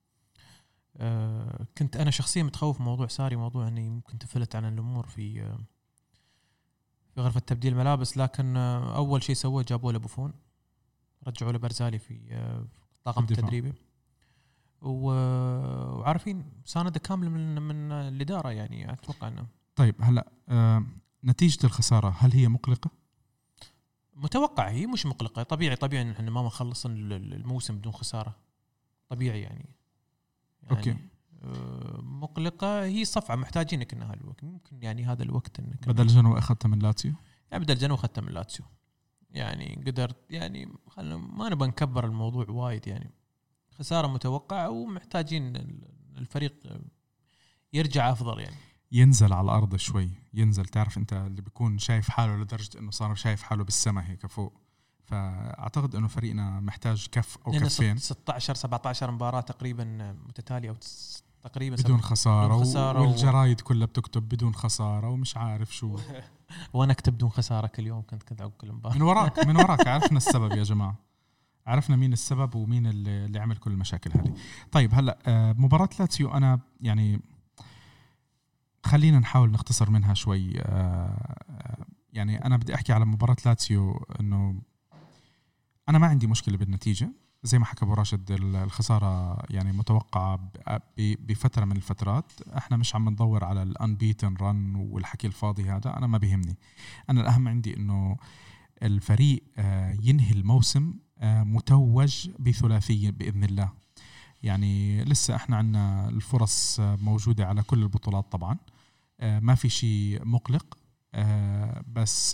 آه كنت أنا شخصيا متخوف موضوع ساري، موضوع أني ممكن تفلت عن الأمور في آه في غرفة تبديل ملابس، لكن آه أول شيء سواه جابوا له بوفون، رجعوا له برزالي في آه طاقم التدريبي، وعارفين ساندة كاملة من من الإدارة يعني أتوقع أنه. طيب هلأ آه نتيجة الخسارة هل هي مقلقة؟ متوقع، هي مش مقلقة، طبيعي طبيعي إن إحنا ما نخلص الموسم بدون خسارة، طبيعي يعني, يعني أوكي. آه مقلقة هي صفعة محتاجينك إنها الوقت، ممكن يعني هذا الوقت إنك بدل جنوة أخذتها من لاتسيو، يعني بدل جنوة أخذتها من لاتسيو يعني قدرت يعني خلنا ما نبغى نكبر الموضوع وايد يعني خسارة متوقعة ومحتاجين الفريق يرجع أفضل يعني ينزل على الأرض شوي، ينزل تعرف أنت اللي بيكون شايف حاله لدرجة أنه صار شايف حاله بالسماء هيك فوق. فأعتقد أنه فريقنا محتاج كف أو كفين. ستة عشر سبعة عشر مباراة تقريبا متتالية أو تقريبا بدون خسارة, بدون خسارة والجرايد و... كلها بتكتب بدون خسارة ومش عارف شو وأنا أكتب بدون خسارة كل يوم، كنت كنت أقول كل مباراة من وراك من وراك عرفنا السبب يا جماعة، عرفنا مين السبب ومين اللي, اللي عمل كل المشاكل هذه. طيب هلأ مباراة لاتسيو أنا يعني خلينا نحاول نختصر منها شوي. يعني أنا بدي أحكي على مباراة لاتسيو إنه أنا ما عندي مشكلة بالنتيجة زي ما حكى أبو راشد، الخسارة يعني متوقعة بفترة من الفترات، احنا مش عم ندور على الانبيتن رن والحكي الفاضي هذا، أنا ما بيهمني. أنا الأهم عندي إنه الفريق ينهي الموسم متوج بثلاثية بإذن الله. يعني لسه احنا عنا الفرص موجودة على كل البطولات طبعا، ما في شيء مقلق، بس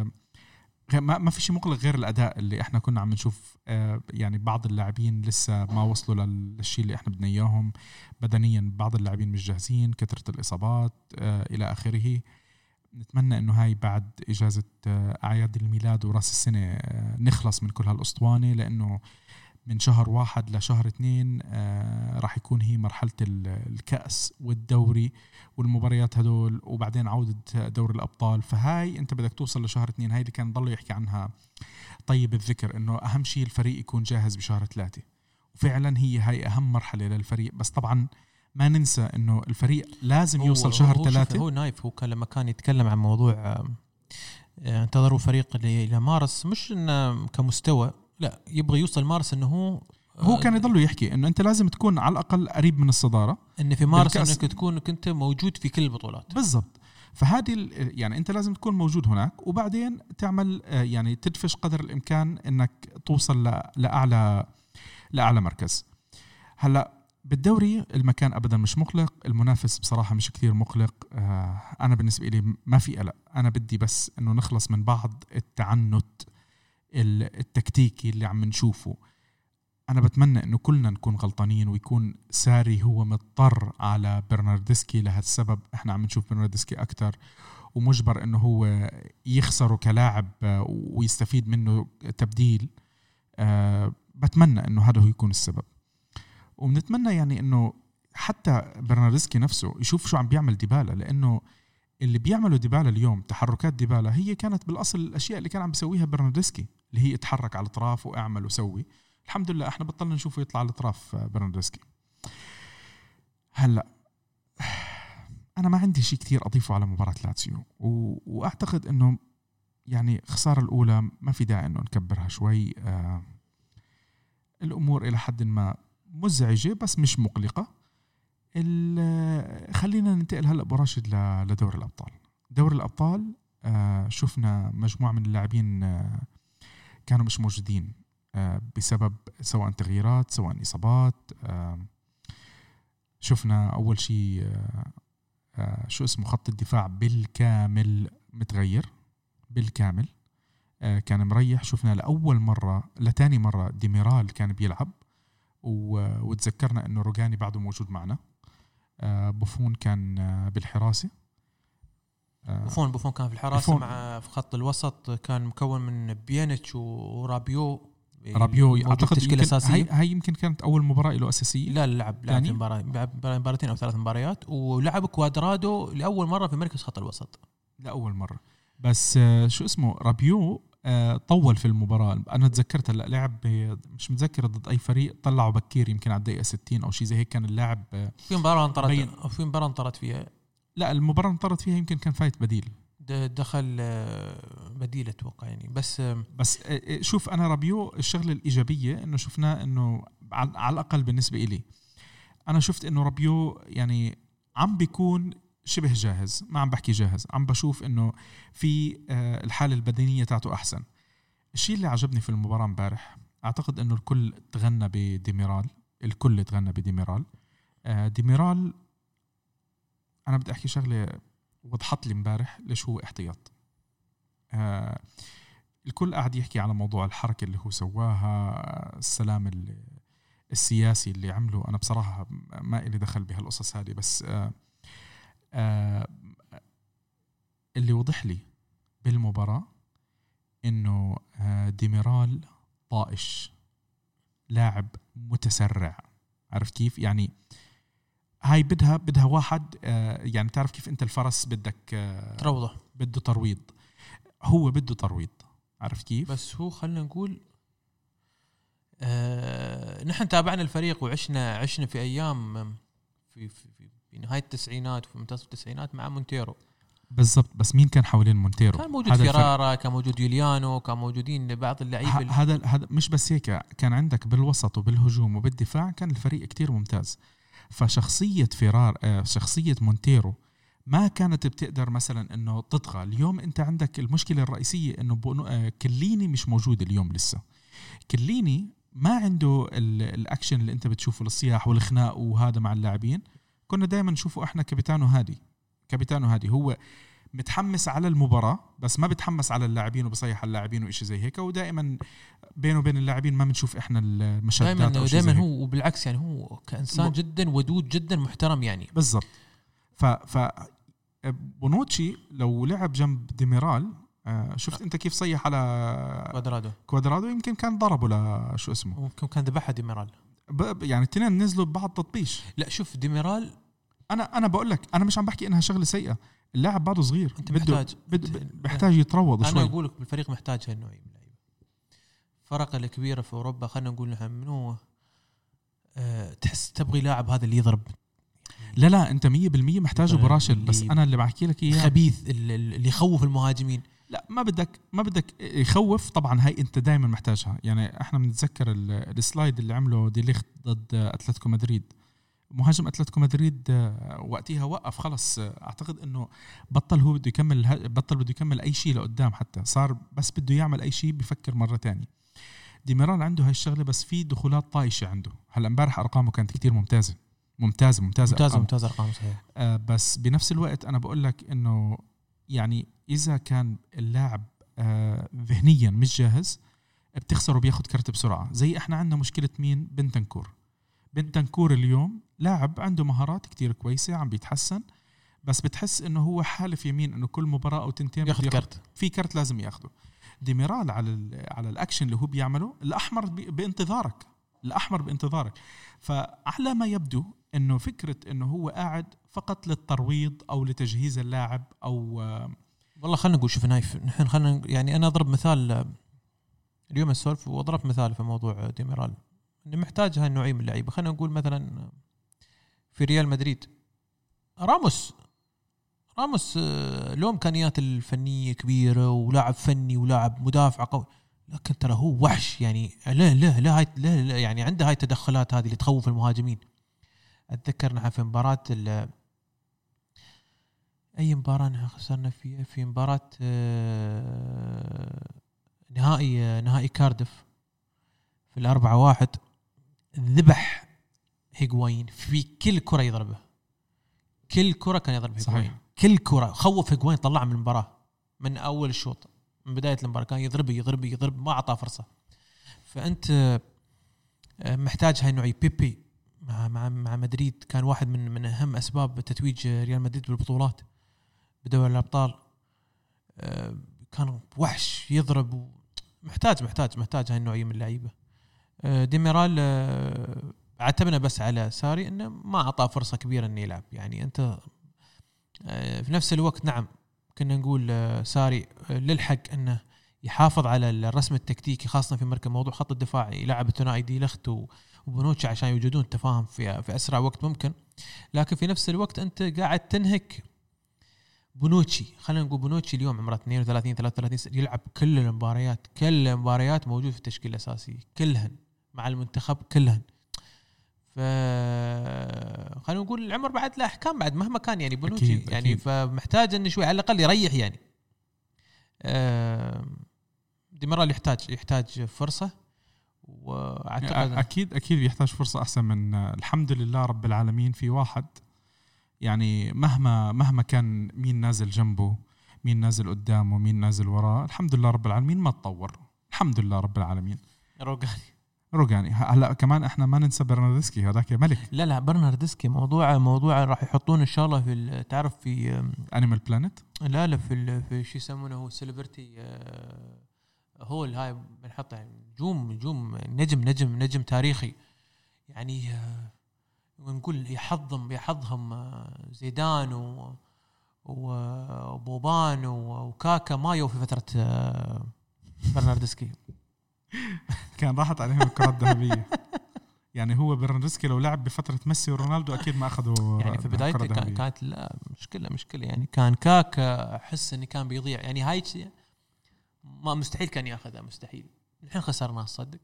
ما في شيء مقلق غير الأداء اللي احنا كنا عم نشوف. يعني بعض اللاعبين لسه ما وصلوا للشيء اللي احنا بدنا اياهم بدنيا، بعض اللاعبين مش جاهزين، كثرة الإصابات إلى آخره. نتمنى انه هاي بعد اجازة اعياد الميلاد وراس السنة نخلص من كل هالاسطوانة، لانه من شهر واحد لشهر اثنين راح يكون هي مرحلة الكأس والدوري والمباريات هدول، وبعدين عودة دور الابطال. فهاي انت بدك توصل لشهر اثنين، هاي اللي كان ضلوا يحكي عنها طيب الذكر، انه اهم شيء الفريق يكون جاهز بشهر ثلاثة، وفعلا هي هاي اهم مرحلة للفريق. بس طبعا ما ننسى انه الفريق لازم يوصل شهر ثلاثة. هو نايف هو كان لما كان يتكلم عن موضوع انتظروا فريق الى مارس، مش انه كمستوى، لا يبغى يوصل مارس، انه هو هو كان يضل يحكي انه انت لازم تكون على الاقل قريب من الصدارة، ان في مارس انك تكون كنت موجود في كل البطولات بالضبط. فهذه يعني انت لازم تكون موجود هناك، وبعدين تعمل يعني تدفش قدر الامكان انك توصل لاعلى لاعلى مركز. هلا بالدوري المكان أبدا مش مقلق، المنافس بصراحة مش كتير مقلق. آه أنا بالنسبة لي ما في قلق، أنا بدي بس إنه نخلص من بعض التعنت التكتيكي اللي عم نشوفه. أنا بتمنى إنه كلنا نكون غلطانين ويكون ساري هو مضطر على برناردسكي لهذا السبب. إحنا عم نشوف برناردسكي أكتر ومجبر إنه هو يخسره كلاعب ويستفيد منه تبديل. أه بتمنى إنه هذا هو يكون السبب. وبنتمنى يعني إنه حتى برناردسكي نفسه يشوف شو عم بيعمل ديبالا، لأنه اللي بيعمله ديبالا اليوم، تحركات ديبالا هي كانت بالأصل الأشياء اللي كان عم بيسويها برناردسكي، اللي هي اتحرك على الأطراف وأعمل وسوي. الحمد لله احنا بطلنا نشوفه يطلع على الأطراف برناردسكي. هلأ أنا ما عندي شيء كتير أضيفه على مباراة لاتسيو، و... وأعتقد أنه يعني خسارة الأولى ما في داعي أنه نكبرها شوي. آه الأمور إلى حد ما مزعجة بس مش مقلقة. خلينا ننتقل هلأ براشد لدور الأبطال. دور الأبطال آه شفنا مجموعة من اللاعبين آه كانوا مش موجودين آه بسبب سواء تغييرات سواء إصابات. آه شفنا أول شيء آه آه شو اسمه خط الدفاع بالكامل متغير بالكامل. آه كان مريح. شفنا لأول مرة لتاني مرة ديميرال كان بيلعب، وتذكرنا أنه روجاني بعده موجود معنا. آه بوفون كان آه بالحراسة. آه بوفون بوفون كان في الحراسة بوفون. مع في خط الوسط كان مكون من بيانيتش ورابيو. رابيو أعتقد يمكن هاي, هاي يمكن كانت أول مباراة له أساسية. لا لعب لعب مباراة لعب مباراتين أو ثلاث مباريات، ولعب كوادرادو لأول مرة في مركز خط الوسط لأول مرة. بس آه شو اسمه رابيو آه طول في المباراة. أنا تذكرت هلا لعب مش متذكر ضد أي فريق، طلعوا بكير يمكن على الدقيقة ستين أو شيء زي هيك. كان اللاعب آه في مباراة انطرت في مباراة انطرت فيها لا المباراة انطرت فيها يمكن كان فايت بديل دخل بديل أتوقع يعني. بس بس شوف أنا رابيو الشغلة الإيجابية إنه شفناه إنه على الأقل بالنسبة إلي أنا شفت إنه رابيو يعني عم بيكون شبه جاهز. ما عم بحكي جاهز، عم بشوف إنه في الحالة البدنية تاعته أحسن. الشيء اللي عجبني في المباراة امبارح أعتقد إنه الكل تغنى بديميرال. الكل تغنى بديميرال. ديميرال أنا بدي أحكي شغلة وضحت لي امبارح ليش هو احتياط. آه الكل قاعد يحكي على موضوع الحركة اللي هو سواها، السلام السياسي اللي عمله. أنا بصراحة ما إلي دخل بهالقصص هذه، بس آه آه اللي وضح لي بالمباراة إنه آه ديميرال طائش، لاعب متسرع. عارف كيف يعني؟ هاي بدها بدها واحد آه يعني تعرف كيف انت الفرس بدك آه تروضه، بده ترويض. هو بده ترويض. عارف كيف؟ بس هو خلنا نقول آه نحن تابعنا الفريق وعشنا عشنا في ايام في في, في, في نهايه التسعينات وفي منتصف التسعينات مع مونتيرو. بالضبط. بس مين كان حوالين مونتيرو؟ كان موجود فيرارا، كان موجود يوليانو، كان موجودين بعض اللعيبه. هذا هذا مش بس هيك، كان عندك بالوسط وبالهجوم وبالدفاع كان الفريق كتير ممتاز. فشخصية فيرار شخصية مونتيرو ما كانت بتقدر مثلا انه تطغى. اليوم انت عندك المشكلة الرئيسية انه كليني مش موجود اليوم لسه. كليني ما عنده الاكشن اللي انت بتشوفه، الصياح والخناق وهذا مع اللاعبين. كنا دائما نشوفه احنا كابيتانو هادي كابيتانو هادي هو متحمس على المباراة بس ما بتحمس على اللاعبين وبصيح على اللاعبين وإشي زي هيك. ودائما بينه وبين اللاعبين ما بنشوف احنا المشادات دائما دائما هو. وبالعكس يعني هو كإنسان ب... جدا ودود جدا محترم يعني. بالضبط. ف ف بونوتشي لو لعب جنب ديميرال آه شفت انت كيف صيح على كوادرادو كوادرادو يمكن كان ضربه لا شو اسمه، ممكن كان ذبحها ديميرال. ب... يعني الاثنين نزلوا ببعض تطبيش. لا شوف ديميرال انا انا بقول لك انا مش عم بحكي انها شغله سيئه. اللاعب بعده صغير، انت محتاج بده بيحتاج يتروض شوي. انا اقول لك بالفريق محتاج هالنوع من اللعيبه. فرق الكبيره في اوروبا خلينا نقول نحن منو أه تحس تبغي لاعب هذا اللي يضرب. لا لا انت مية بالمية محتاجه براشد. بس انا اللي بحكي لك اياه خبيث اللي يخوف المهاجمين. لا ما بدك ما بدك يخوف. طبعا هاي انت دائما محتاجها. يعني احنا بنتذكر السلايد اللي عمله دي ليخت ضد اتلتيكو مدريد. مهاجم اتلتيكو مدريد وقتها وقف خلص. اعتقد انه بطل هو بده يكمل بطل بده يكمل اي شيء لقدام، حتى صار بس بده يعمل اي شيء بفكر مره تانية. ديميرال عنده هاي الشغله بس في دخولات طايشه عنده. هلا امبارح ارقامه كانت كتير ممتازه ممتازه ممتازه ممتازه ممتازه ارقامه صحيح. آه بس بنفس الوقت انا بقول لك انه يعني اذا كان اللاعب آه ذهنيا مش جاهز بتخسر وبياخد كرت بسرعة. زي احنا عندنا مشكلة مين؟ بنتنكور. بنتنكور اليوم لاعب عنده مهارات كتير كويسة، عم بيتحسن، بس بتحس انه هو حالف يمين انه كل مباراة او تنتين ياخد كرت، في كرت لازم ياخده. ديميرال على على الاكشن اللي هو بيعمله، الاحمر بانتظارك، الاحمر بانتظارك. فعلى ما يبدو انه فكرة انه هو قاعد فقط للترويض او لتجهيز اللاعب او والله خلينا نقول شوف نايف، نحن خلينا يعني انا اضرب مثال اليوم السولف، وضربت مثال في موضوع ديميرال انه محتاج هاي النوعيه من اللعيبه. خلينا نقول مثلا في ريال مدريد راموس راموس له امكانيات الفنيه كبيره ولاعب فني ولاعب مدافع قوي، لكن ترى هو وحش يعني. لا لا لا, هاي لا, لا يعني عنده هاي التدخلات هذه اللي تخوف المهاجمين. اتذكر نحن في مباراه اي مباراه نحن خسرنا فيها، في مباراه نهائي نهائي كاردف في الأربعة واحد، ذبح هيغوايين في كل كرة يضربه، كل كرة كان يضرب هيغوايين، كل كرة خوف هيغوايين، طلع من المباراة من أول الشوط، من بداية المباراة كان يضرب يضرب يضرب ما أعطاه فرصة. فأنت محتاج هاي النوعية. بيبي مع مع مع مدريد كان واحد من من أهم أسباب تتويج ريال مدريد بالبطولات بدوري الأبطال، كان وحش يضرب. محتاج محتاج محتاج هاي النوعية من اللعيبة. ديميرال عتبنا بس على ساري انه ما اعطاه فرصه كبيره انه يلعب. يعني انت في نفس الوقت نعم كنا نقول ساري للحق انه يحافظ على الرسم التكتيكي خاصه في مركز موضوع خط الدفاع، يلعب الثنائي دي لخت وبنوتشي عشان يوجدون تفاهم في في اسرع وقت ممكن. لكن في نفس الوقت انت قاعد تنهك بنوتشي. خلينا نقول بنوتشي اليوم عمره اثنين وثلاثين ثلاثة وثلاثين سنة، يلعب كل المباريات، كل المباريات موجود في التشكيله الاساسيه كلهن مع المنتخب كلهن. ف خلينا نقول العمر بعد له احكام بعد مهما كان يعني بنوتشي أكيد يعني أكيد. فمحتاج انه شوي على الاقل يريح يعني. ديميرال يحتاج يحتاج فرصه، واعتقد اكيد اكيد يحتاج فرصه احسن من الحمد لله رب العالمين في واحد. يعني مهما مهما كان مين نازل جنبه، مين نازل قدامه، مين نازل وراه، الحمد لله رب العالمين ما تطور، الحمد لله رب العالمين. روغاني روغاني هلا كمان احنا ما ننسى برناردسكي، هذاك ملك. لا لا برناردسكي موضوع موضوع راح يحطون ان شاء الله في تعرف في انيمال بلانت. لا لا في في شو يسمونه هو سيلبرتي هو هاي بنحطها نجوم نجوم نجم نجم نجم تاريخي يعني. ونقول يحظم يحظهم زيدان و وبوبان وكاكا مايو في فترة برناردسكي. كان راحت عليهم الكرة الذهبية. يعني هو برناردسكي لو لعب بفترة ميسي ورونالدو أكيد ما أخذوا يعني في بدايته كانت لا مشكلة مشكلة يعني. كان كاكا أحس إني كان بيضيع يعني هاي ما مستحيل كان يأخذها مستحيل. نحن خسرناه صدق.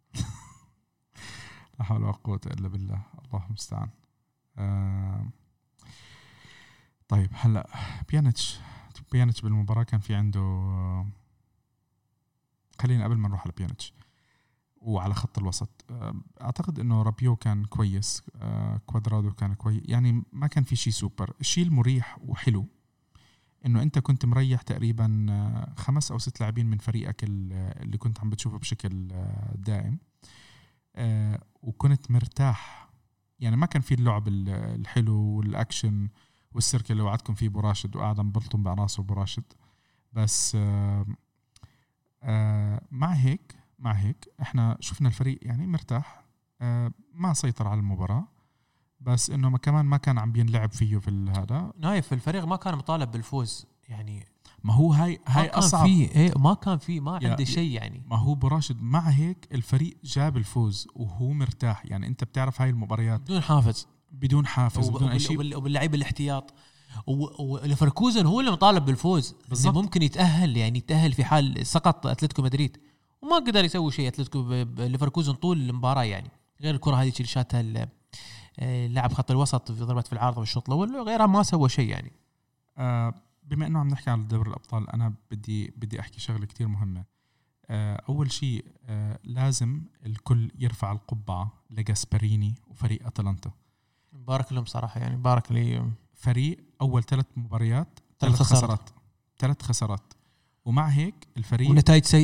لا حول ولا قوة إلا بالله، الله المستعان. آه طيب هلا بيانيتش بيانيتش بالمباراة كان في عنده آه خلينا قبل ما نروح على بيانيتش وعلى خط الوسط، آه أعتقد إنه رابيو كان كويس، آه كوادرادو كان كويس، يعني ما كان في شيء سوبر. الشيء المريح وحلو إنه أنت كنت مريح تقريبا آه خمس أو ست لاعبين من فريقك اللي كنت عم بتشوفه بشكل آه دائم، آه وكنت مرتاح. يعني ما كان في اللعب الحلو والأكشن والسيركل اللي وعدكم فيه براشد وقاعد مبلطم براسه براشد. بس آه آه مع هيك مع هيك احنا شفنا الفريق يعني مرتاح، آه ما سيطر على المباراة، بس انه ما كمان ما كان عم بينلعب فيه في هذا. نايف الفريق ما كان مطالب بالفوز يعني. ما هو هاي هاي اصعب فيه ايه ما كان فيه ما عنده شيء يعني. ما هو براشد مع هيك الفريق جاب الفوز وهو مرتاح. يعني انت بتعرف هاي المباريات بدون حافز بدون حافز بدون اي شيء، وباللعيبه الاحتياط، وليفركوزن هو اللي مطالب بالفوز. ممكن يتأهل يعني يتأهل في حال سقط أتلتيكو مدريد، وما قدر يسوي شيء أتلتيكو ليفركوزن طول المباراة يعني. غير الكرة هذه اللي شاتها اللاعب خط الوسط في ضربات في العارضة والشوط الأول، غيرها ما سوى شيء يعني. آه بما إنه عم نحكي عن دوري الأبطال، أنا بدي بدي أحكي شغلة كتير مهمة. آه أول شيء آه لازم الكل يرفع القبعة لجاسبريني وفريق أتلانتا. بارك لهم صراحة يعني، بارك لي. فريق أول ثلاث مباريات ثلاث خسارات ثلاث خسارات ومع هيك الفريق ونتائج سيئة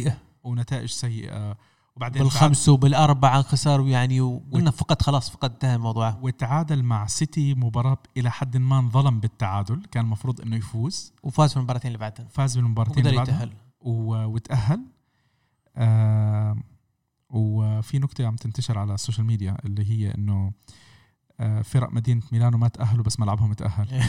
ونتائج سيئه، وبعدين بالخمس وبالاربعه خسر يعني، وقلنا فقط خلاص فقط انتهى الموضوع. وتعادل مع سيتي مباراه الى حد ما انظلم بالتعادل، كان المفروض انه يفوز وفاز في المباراتين اللي بعدها فاز بالمباراتين اللي بعدها وتاهل. آه وفي نكته عم تنتشر على السوشيال ميديا اللي هي انه آه فرق مدينه ميلانو ما تاهلوا بس ملعبهم تاهل.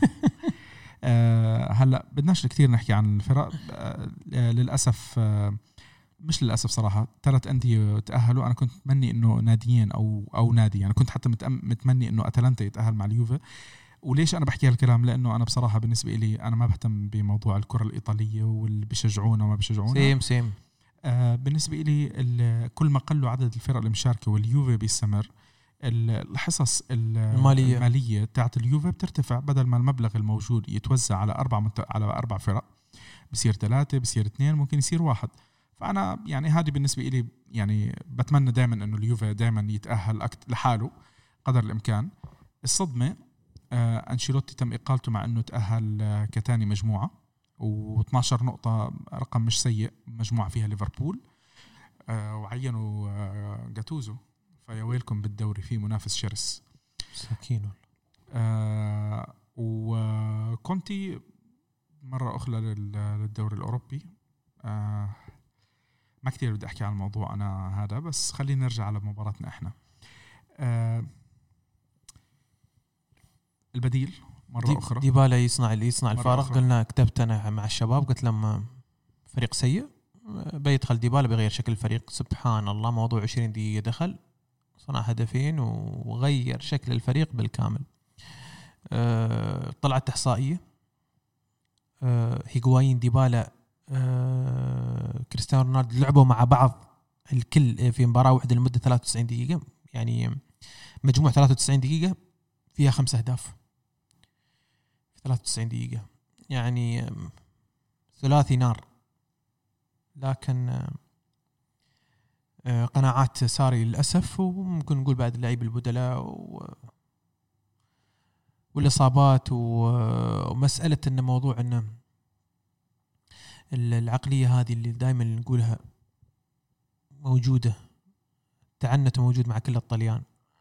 آه هلا بدناش كتير نحكي عن الفرق. آه للاسف آه مش للاسف صراحه ثلاث انديه تاهلوا. انا كنت متمني انه ناديين او او نادي، يعني كنت حتى متمني انه اتلانتا يتاهل مع اليوفي. وليش انا بحكي هالكلام؟ لانه انا بصراحه بالنسبه لي انا ما بهتم بموضوع الكره الايطاليه واللي بيشجعونا وما بيشجعونا. سيم سيم آه بالنسبه لي كل ما قلوا عدد الفرق المشاركه واليوفي بيستمر، الحصص الماليه, المالية تاعت اليوفي بترتفع. بدل ما المبلغ الموجود يتوزع على اربع منت... على اربع فرق بصير ثلاثه، بصير اثنين، ممكن يصير واحد. فانا يعني هذه بالنسبه لي يعني بتمنى دائما انه اليوفي دائما يتاهل أكت... لحاله قدر الامكان. الصدمه آه أنشيلوتي تم إقالته مع أنه تأهل آه كتاني مجموعة و12 نقطة، رقم مش سيء، مجموعة فيها ليفربول. آه وعينوا آه جاتوزو، فيا ويلكم بالدوري في منافس شرس ساكينو. آه وكونتي مرة أخرى للدوري الأوروبي. آه ما كتير بدي أحكي عن الموضوع أنا هذا، بس خلينا نرجع على مباراتنا إحنا. آه البديل مرة دي أخرى ديبالا يصنع اللي يصنع الفارق. قلنا كتبت أنا مع الشباب قلت لما فريق سيء بيدخل ديبالا بيغير شكل الفريق. سبحان الله موضوع عشرين دقيقة دخل صنع هدفين وغير شكل الفريق بالكامل. أه طلعت إحصائية أه هيغوايين ديبالا أه كريستيانو رونالدو لعبوا مع بعض الكل في مباراة واحدة لمدة ثلاثة وتسعين دقيقة، يعني مجموع ثلاثة وتسعين دقيقة فيها خمس أهداف في ثلاثة وتسعين دقيقة، يعني ثلاثي نار. لكن قناعات ساري للأسف، وممكن نقول بعد اللعيب البدلاء والإصابات ومسألة إن موضوع إن العقلية هذه اللي دائما نقولها موجودة، تعنت موجود مع كل الطليان.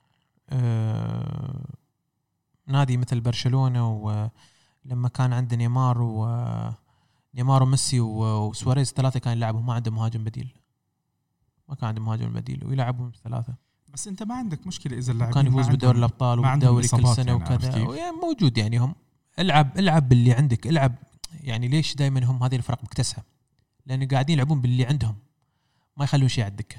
أه نادي مثل برشلونة ولما كان عنده نيمار ونيمار وميسي وسواريز ثلاثة كان يلعبهم، ما عنده مهاجم بديل، ما كان عنده مهاجم بديل ويلعبهم ثلاثة. بس انت ما عندك مشكلة اذا اللاعبين كان يفوز بدوري الابطال والدوري كل سنة يعني وكذا، يعني موجود. يعني هم العب العب باللي عندك، العب. يعني ليش دائما هم هذه الفرق مكتسحة؟ لأن قاعدين يلعبون باللي عندهم، ما يخلون شيء على الدكة.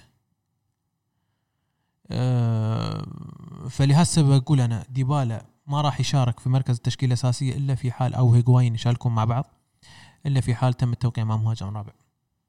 أه فلهالسبب أقول أنا ديبالا ما راح يشارك في مركز التشكيلة الأساسية إلا في حال، أو هيغوايين يشاركون مع بعض إلا في حال تم التوقيع مع مهاجم رابع.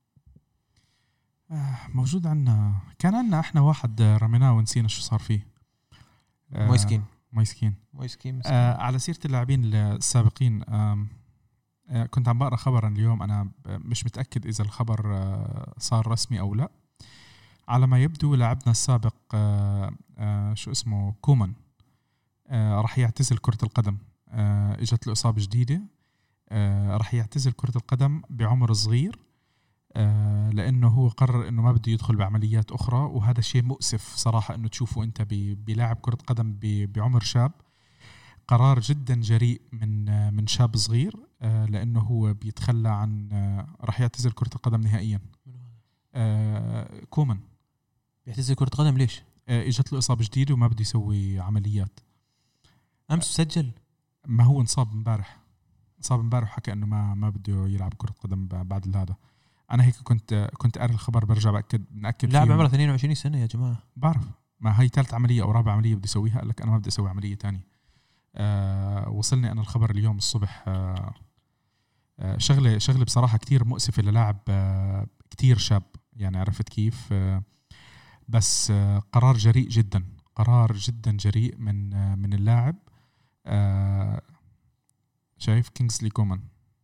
آه موجود عنا، كان عنا إحنا واحد رميناه ونسينا شو صار فيه. آه مويسكين مويسكين مويسكين آه على سيرة اللاعبين السابقين، آه آه كنت عم بقرأ خبرا اليوم، أنا مش متأكد إذا الخبر آه صار رسمي أو لا. على ما يبدو لاعبنا السابق آه آه شو اسمه كومان آه راح يعتزل كرة القدم. آه اجت له إصابة جديدة، آه راح يعتزل كرة القدم بعمر صغير، آه لأنه هو قرر إنه ما بده يدخل بعمليات أخرى. وهذا شيء مؤسف صراحة إنه تشوفه أنت بلاعب كرة قدم بعمر شاب. قرار جدا جريء من آه من شاب صغير، آه لأنه هو بيتخلى عن آه راح يعتزل كرة القدم نهائيا. آه كومان بيعتزل كرة قدم ليش؟ آه اجت له إصابة جديدة وما بده يسوي عمليات. أمس سجل، ما هو انصاب امبارح، انصاب امبارح حكى انه ما ما بده يلعب كرة قدم بعد هذا. انا هيك كنت كنت قاري الخبر، برجع باكد ناكد. لاعب عمره اثنين وعشرين سنة يا جماعة. بعرف، ما هي ثالث عملية او رابع عملية بدي اسويها، قال لك انا ما بدي اسوي عملية تانية. آه وصلني انا الخبر اليوم الصبح. آه آه شغله شغله بصراحة كتير مؤسفة للاعب آه كتير شاب، يعني عرفت كيف. آه بس آه قرار جريء جدا، قرار جدا جريء من آه من اللاعب. آه شايف كينغسلي كومان؟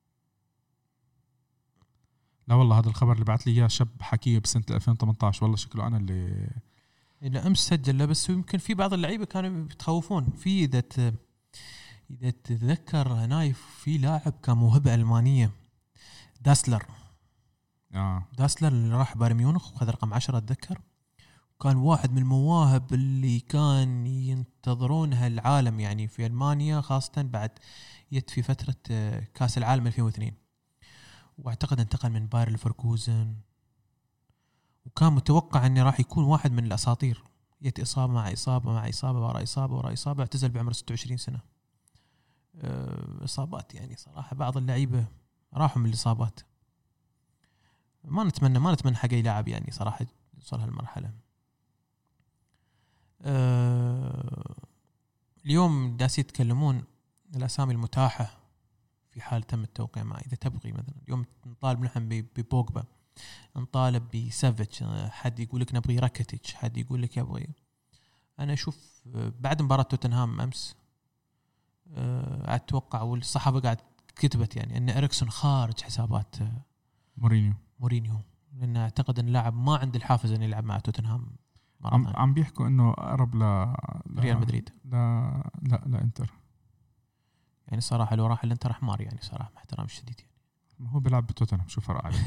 لا والله هذا الخبر اللي بعت لي اياه شاب حكيه بسنه ألفين وثمانية عشر، والله شكله انا اللي اللي امس سجل له. بس يمكن في بعض اللعيبه كانوا يتخوفون في اذا اذا تتذكر نايف، في لاعب كان موهبه المانيه داسلر. اه داسلر اللي راح بايرن ميونخ وخذ رقم عشرة اتذكر، كان واحد من المواهب اللي كان ينتظرونها العالم يعني في ألمانيا، خاصة بعد يت في فترة كاس العالم ألفين واثنين، واعتقد انتقل من باير ليفركوزن، وكان متوقع انه راح يكون واحد من الاساطير. يت اصابه مع اصابه مع اصابه وراء اصابه وراء اصابه، اعتزل بعمر ستة وعشرين سنه. اصابات يعني صراحه بعض اللعيبه راحوا من الاصابات. ما نتمنى ما نتمنى حق اي لاعب يعني صراحه يوصل هالمرحله. أه اليوم داس يتكلمون الاسامي المتاحه في حال تم التوقيع معه. اذا تبغي مثلا اليوم نطالب نحن ببوجبا، نطالب بسافيتش، حد يقول لك نبغي راكيتيتش، حد يقول لك يبغي. انا اشوف بعد مباراه توتنهام امس اتوقع والصحافه قاعد كتبت يعني ان إريكسون خارج حسابات مورينيو مورينيو لان اعتقد ان اللاعب ما عنده الحافز انه يلعب مع توتنهام. عم عم بيحكوا انه اقرب ل ريال مدريد، لا لا لا انتر. يعني صراحه لو راح الانتر حمار يعني صراحه مع احترام شديد يعني. ما هو بيلعب بتوتنهام شو فرق عليه؟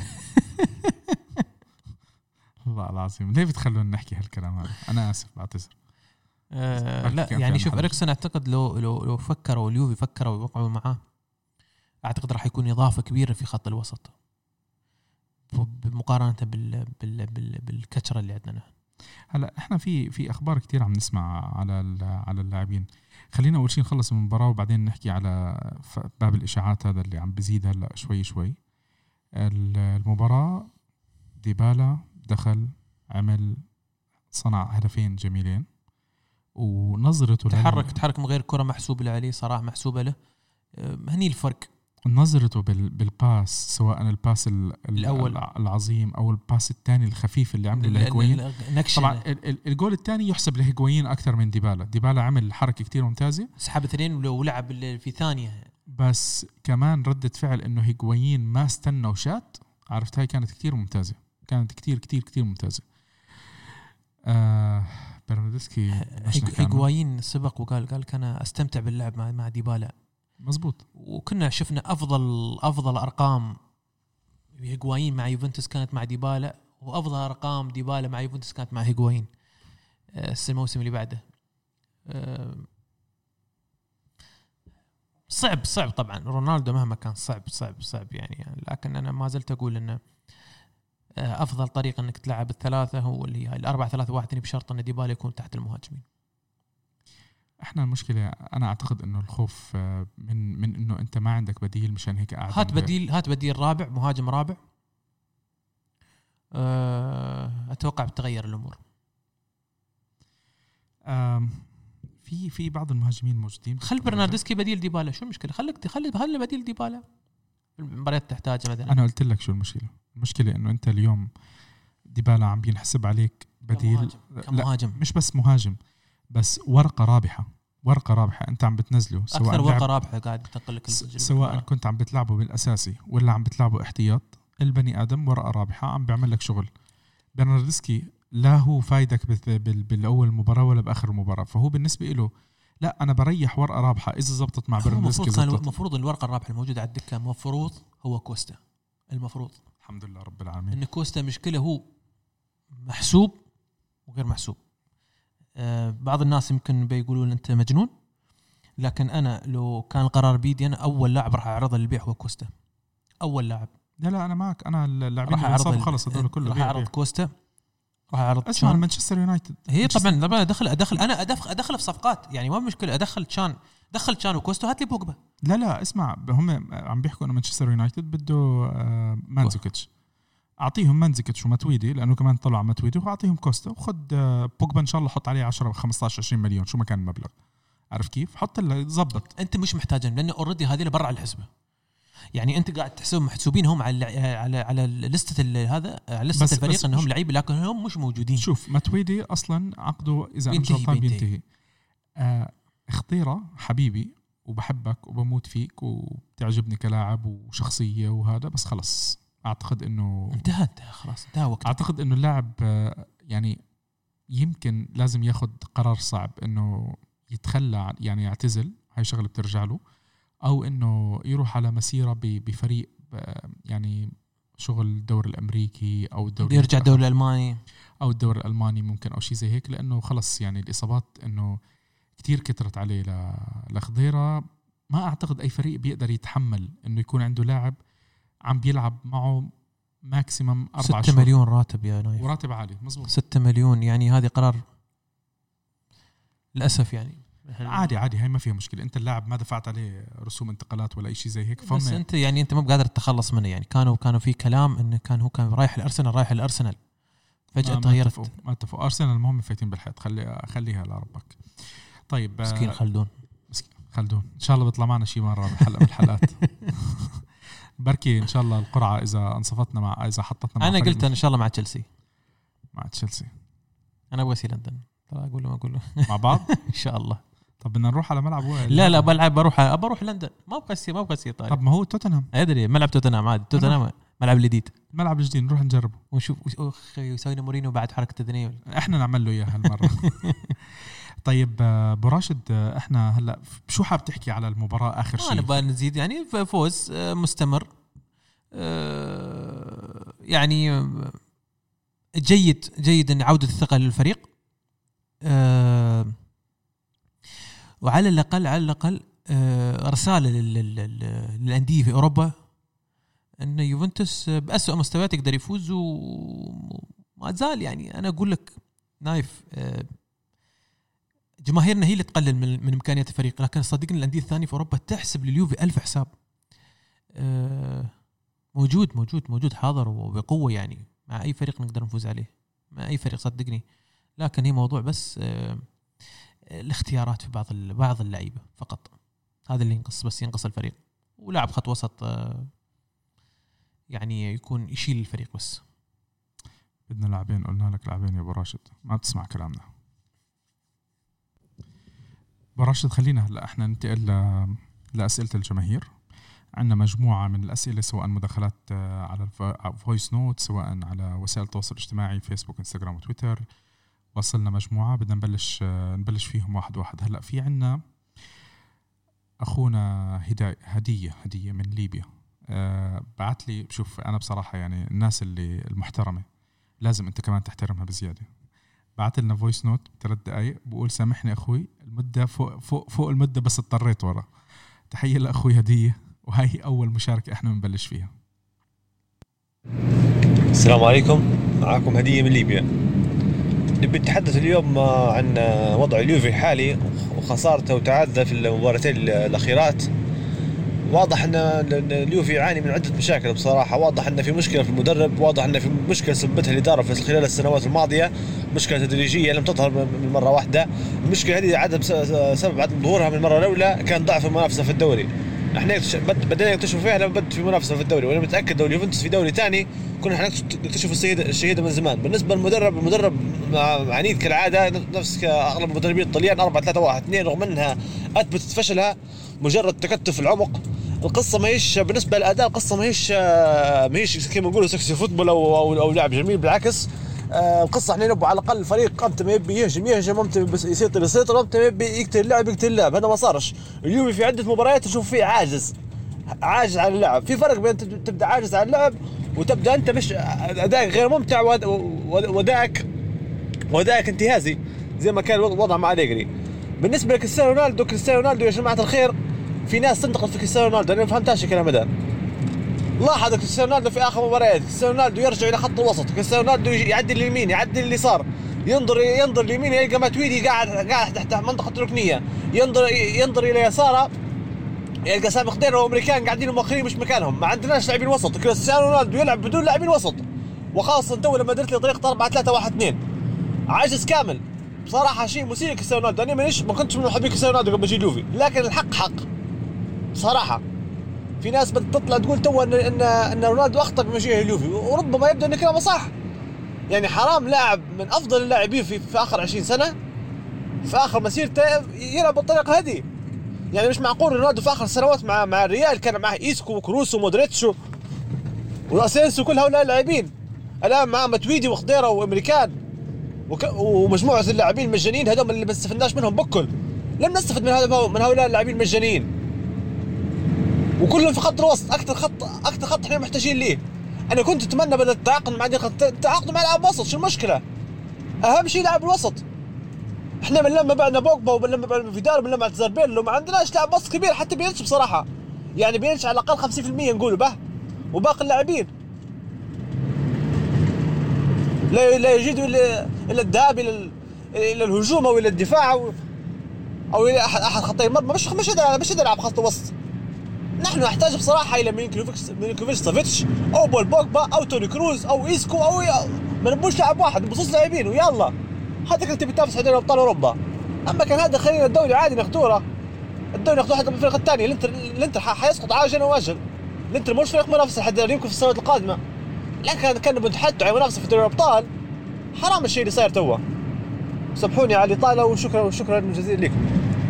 والله العظيم ليه بتخلونا نحكي هالكلام هذا؟ انا اسف بعتذر. أه لا يعني شوف إريكسون اعتقد لو لو لو فكروا اليوفي فكروا يوقعوا معاه اعتقد راح يكون اضافه كبيره في خط الوسط بمقارنه بال بال بال بالكتره اللي عندنا. هلا احنا في في اخبار كتير عم نسمع على على اللاعبين. خلينا اول شيء نخلص من المباراه وبعدين نحكي على باب الاشاعات هذا اللي عم بزيد هلا شوي شوي. المباراه ديبالا دخل عمل صنع هدفين جميلين ونظرته تحرك تحرك من غير كرة محسوبة له عليه صراحة محسوبة له. هني الفرق نظرته بالباس سواء الباس الأول العظيم أو الباس الثاني الخفيف اللي عمله لهيغوين. طبعا الجول الثاني يحسب لهيغوين أكثر من ديبالا. ديبالا عمل حركة كتير ممتازة سحب اثنين ولعب في ثانية، بس كمان ردة فعل إنه هيغوين ما استنى وشات. عرفت هاي كانت كتير ممتازة، كانت كتير كتير كتير ممتازة. آه برناردسكي هيغوين سبق وقال قال كان استمتع باللعب مع مع ديبالا. مزبوط. وكنا شفنا افضل افضل ارقام هيغوين مع يوفنتوس كانت مع ديبالا، وافضل ارقام ديبالا مع يوفنتوس كانت مع هيغوين الموسم اللي بعده. صعب صعب طبعا رونالدو مهما كان صعب صعب صعب يعني، لكن انا ما زلت اقول انه افضل طريقه انك تلعب الثلاثه هو اللي هي الأربعة ثلاثة واحد بشرط ان ديبالا يكون تحت المهاجمين. احنا المشكله انا اعتقد انه الخوف من من انه انت ما عندك بديل، مشان هيك قاعد هات بديل هات بديل رابع مهاجم رابع. اتوقع بتغير الامور. في في بعض المهاجمين موجودين. خل برناردسكي بديل ديبالا، شو المشكله؟ خليك خلي خلي بديل ديبالا المباريات تحتاجه مثلا. انا قلت لك شو المشكله. المشكله انه انت اليوم ديبالا عم بينحسب عليك بديل كمهاجم. كمهاجم. مش بس مهاجم، بس ورقه رابحه ورقه رابحه انت عم بتنزله. سواء اكثر ورقه رابحه قاعد تنقل لك سواء كنت عم بتلعبه بالاساسي ولا عم بتلعبه احتياط، البني ادم ورقه رابحه عم بيعمل لك شغل. برناردسكي لا هو فايدك بالاول مباراه ولا باخر المباراه، فهو بالنسبه له لا انا بريح ورقه رابحه اذا زبطت مع برناردسكي زبطت. المفروض الورقه الرابحه الموجوده على الدكه مفروض هو كوستا. المفروض الحمد لله رب العالمين ان كوستا مشكله هو محسوب وغير محسوب. آه بعض الناس يمكن بيقولون انت مجنون، لكن انا لو كان القرار بيدي انا اول لاعب راح اعرضه للبيع هو كوستا. اول لاعب. لا لا انا معك. انا اللاعبين اللي صاروا خلص هذول كله راح اعرض كوستا، راح اعرض اسمع مانشستر يونايتد. هي طبعا طبعا ادخل ادخل انا ادخل ادخل في صفقات يعني ما مشكله. ادخل تشان دخل تشان وكوستا هات لي بوجبا. لا لا اسمع هم عم بيحكوا انه مانشستر يونايتد بده مانزوكيتش. اعطيهم مانزوكيتش وماتويدي لانه كمان طلع ماتويدي، واعطيهم كوستا وخد بوجبا ان شاء الله حط عليه عشرة خمستاشر عشرين مليون شو ما كان المبلغ. عارف كيف؟ حط له زبط. انت مش محتاجين لانه اوريدي هذه اللي برا على الحسبه. يعني انت قاعد تحسب محسوبين هم على على على لسته هذا على لسته الفريق انهم لعيبه لكن هم مش موجودين. شوف ماتويدي اصلا عقده اذا انا غلطان بينتهي. آه اختيره حبيبي وبحبك وبموت فيك وبتعجبني كلاعب وشخصيه وهذا، بس خلص اعتقد انه انتهى انتهى خلاص انتهى وقت. اعتقد انه اللاعب يعني يمكن لازم ياخذ قرار صعب انه يتخلى يعني يعتزل، هاي شغله بترجع له، او انه يروح على مسيره بفريق يعني شغل الدوري الامريكي او الدوري يرجع الدوري الالماني او الدوري الالماني ممكن او شيء زي هيك، لانه خلص يعني الاصابات انه كتير كترت عليه لخضيره. ما اعتقد اي فريق بيقدر يتحمل انه يكون عنده لاعب عم بيلعب معه ماكسيمم أربعة ستة مليون راتب يا نايف، وراتب عالي مزبوط. ستة مليون يعني هذه قرار للاسف يعني عادي عادي هاي ما فيها مشكله. انت اللاعب ما دفعت عليه رسوم انتقالات ولا اي شيء زي هيك، بس انت يعني انت ما بقادر تتخلص منه. يعني كانوا كانوا في كلام انه كان هو كان رايح الارسنال رايح الارسنال فجاه تغيرت. ما اتفقوا ارسنال المهم فايتين بالحيط. خلي خليها لربك. طيب مسكين خلدون مسكين خلدون ان شاء الله بيطلع معنا شيء مره بحلقه من الحلقات. بركي ان شاء الله القرعه اذا انصفتنا مع اذا حطتنا مع انا قلت ان شاء الله مع تشيلسي مع تشيلسي. انا ابغى اسي لندن ترى اقول له ما اقول له مع بعض ان شاء الله. طب بدنا نروح على ملعب وين؟ لا لا بلعب بروح بروح لندن ما ابغى اسي ما ابغى اسي طيب. طب ما هو توتنهام ادري ملعب توتنهام عادي توتنهام ملعب الجديد الملعب الجديد نروح نجربه ونشوف اخ يسوينا مورينيو بعد حركه تدنيو احنا نعمل له اياها هالمره. طيب ابو راشد احنا هلا شو حاب تحكي على المباراه اخر شيء؟ انا بقى نزيد يعني فوز مستمر يعني جيد جيد ان عوده الثقه للفريق وعلى الاقل على الاقل رساله للانديه في اوروبا ان يوفنتوس بأسوأ مستويات يقدر يفوز وما زال. يعني انا اقول لك نايف جماهيرنا هي اللي تقلل من, من امكانيات الفريق، لكن صدقني الانديه الثانيه في اوروبا تحسب لليوفي ألف حساب. موجود موجود موجود حاضر وبقوه يعني مع اي فريق نقدر نفوز عليه مع اي فريق صدقني. لكن هي موضوع بس الاختيارات في بعض بعض اللعيبه فقط، هذا اللي ينقص بس ينقص الفريق. ولاعب خط وسط يعني يكون يشيل الفريق بس. بدنا لاعبين قلنا لك لاعبين يا ابو راشد ما بتسمع كلامنا. ابو راشد خلينا هلا احنا ننتقل لاسئله الجماهير. عندنا مجموعه من الاسئله سواء مداخلات على الفويس نوت سواء على وسائل التواصل الاجتماعي فيسبوك انستغرام وتويتر. وصلنا مجموعه بدنا نبلش نبلش فيهم واحد واحد. هلا في عنا اخونا هداية هديه هديه من ليبيا أه بعت لي. شوف انا بصراحه يعني الناس اللي المحترمه لازم انت كمان تحترمها بزياده. بعت لنا فويس نوت ثلاث دقائق بقول سامحني اخوي المده فوق فوق فوق المده بس اضطريت ورا. تحيه لاخوي هديه وهي اول مشاركه احنا بنبلش فيها. السلام عليكم معكم هديه من ليبيا. نبي نتحدث اليوم عن وضع اليوفي الحالي وخسارته وتعادله في المباراتين الاخيرات. واضح ان اليوفي يعاني من عده مشاكل بصراحه. واضح ان في مشكله في المدرب، واضح ان في مشكله سببتها الاداره في خلال السنوات الماضيه، مشكله تدريجيه لم تظهر من مره واحده. المشكله هذه عدم سبب عدم ظهورها من المره الاولى كان ضعف المنافسه في الدوري. احنا بدينا نكتشف فيها لما بدت في منافسه في الدوري، وانا متاكد لو اليوفنتوس في دوري ثاني كنا نكتشف الشهيد الشهيده من زمان. بالنسبه للمدرب المدرب عنيد كالعاده نفس اغلب المدربين الطليان أربعة ثلاثة واحد اثنين رغم انها اثبتت فشلها مجرد تكتف في العمق. القصه ما هيش بالنسبه للاداء، القصه ما هيش ما هيش كما نقولوا سكسي فوتبول او او, أو لعب جميل. بالعكس القصه احنا نبغى على الاقل الفريق امتى ما يبي يهجم يهجم، امتى بس يسيطر يسيطر، امتى ما يبي يقتل اللاعب يقتل اللاعب. هذا ما صارش. اليوم في عده مباريات تشوف فيه عاجز عاجز على اللعب. في فرق بين تبدا عاجز على اللعب وتبدا انت مش ادائك غير ممتع وادائك وادائك انتهازي زي ما كان الوضع مع أليجري. بالنسبه لكريستيانو رونالدو كريستيانو رونالدو يا جماعه الخير في ناس تنتقد في كريستيانو رونالدو، انا ما فهمتش الكلام ده. لاحظ كريستيانو رونالدو في اخر مباريات كريستيانو رونالدو يرجع الى خط الوسط، كريستيانو رونالدو يعدل اليمين يعدل اليسار، ينظر ينظر اليمين يلقى ماتويدي قاعد قاعد تحت منطقه الركنيه، ينظر ينظر الى يساره يلقى سامي خضيره وامريكان قاعدين مؤخرين مش مكانهم. ما عندناش لاعبين وسط. كريستيانو رونالدو يلعب بدون لاعبين وسط، وخاصه تو لما درت لي طريقه أربعة ثلاثة واحد اثنين عاجز كامل. بصراحه شيء مثير كريستيانو رونالدو. انا مانيش ما كنتش من محبي كريستيانو رونالدو قبل ما يجي اليوفي، لكن الحق حق بصراحه. في ناس بتطلع تقول تو ان ان, إن رونالدو اخطا بمجيء اليوفي، وربما يبدو ان كلامه صح. يعني حرام لاعب من افضل اللاعبين في, في اخر عشرين سنه في اخر مسيرته يلعب بالطريقه هذه. يعني مش معقول رونالدو في اخر السنوات مع مع الريال كان معه ايسكو وكروس ومودريتش واسينسيو كل هؤلاء اللاعبين، الان معه ماتويدي وخضيره وامريكان وك... ومجموعه اللاعبين المجانيين هذول اللي ما استفدناش منهم بكل. لم نستفد من هذا من هؤلاء اللاعبين المجانيين، وكلهم في خط الوسط. اكثر خط اكثر خط احنا محتاجين ليه. انا كنت اتمنى بدل التعاقد مع دي التعاقد مع لاعب وسط. شو المشكله؟ اهم شيء لاعب الوسط. احنا من لما بعنا بوجبا ومن لما بعنا فيدال ومن لما اعتزربين لو ما عندناش لاعب وسط كبير حتى بينش بصراحه، يعني بينش على الاقل خمسين بالمية نقوله به، وباقي اللاعبين لا لا يجدوا الا الا الذهاب الى الى الهجوم او الى الدفاع او او الى احد احد خطي المرمى. مش مش مش يلعب خط وسط. نحن نحتاج بصراحه الى ميلينكوفيتش ميلينكوفيتش سافيتش او بول بوجبا او توني كروز او ايسكو او ما نبوش لاعب واحد بصوص لاعبين ويلا هذا كنت بتنافس على ابطال اوروبا. اما كان هذا خلينا الدوري عادي ناخذوه، الدوري ناخذوه حتى بالفرق الثانيه. الانتر الانتر حيسقط عاجلا واجل. الانتر مش فريق منافس لحد يمكن في السنوات القادمه، لكن كان بنتحدث عن منافسه في دوري الابطال. حرام الشيء اللي صاير توا. سامحوني على الاطاله وشكرا وشكرا جزيلا لكم.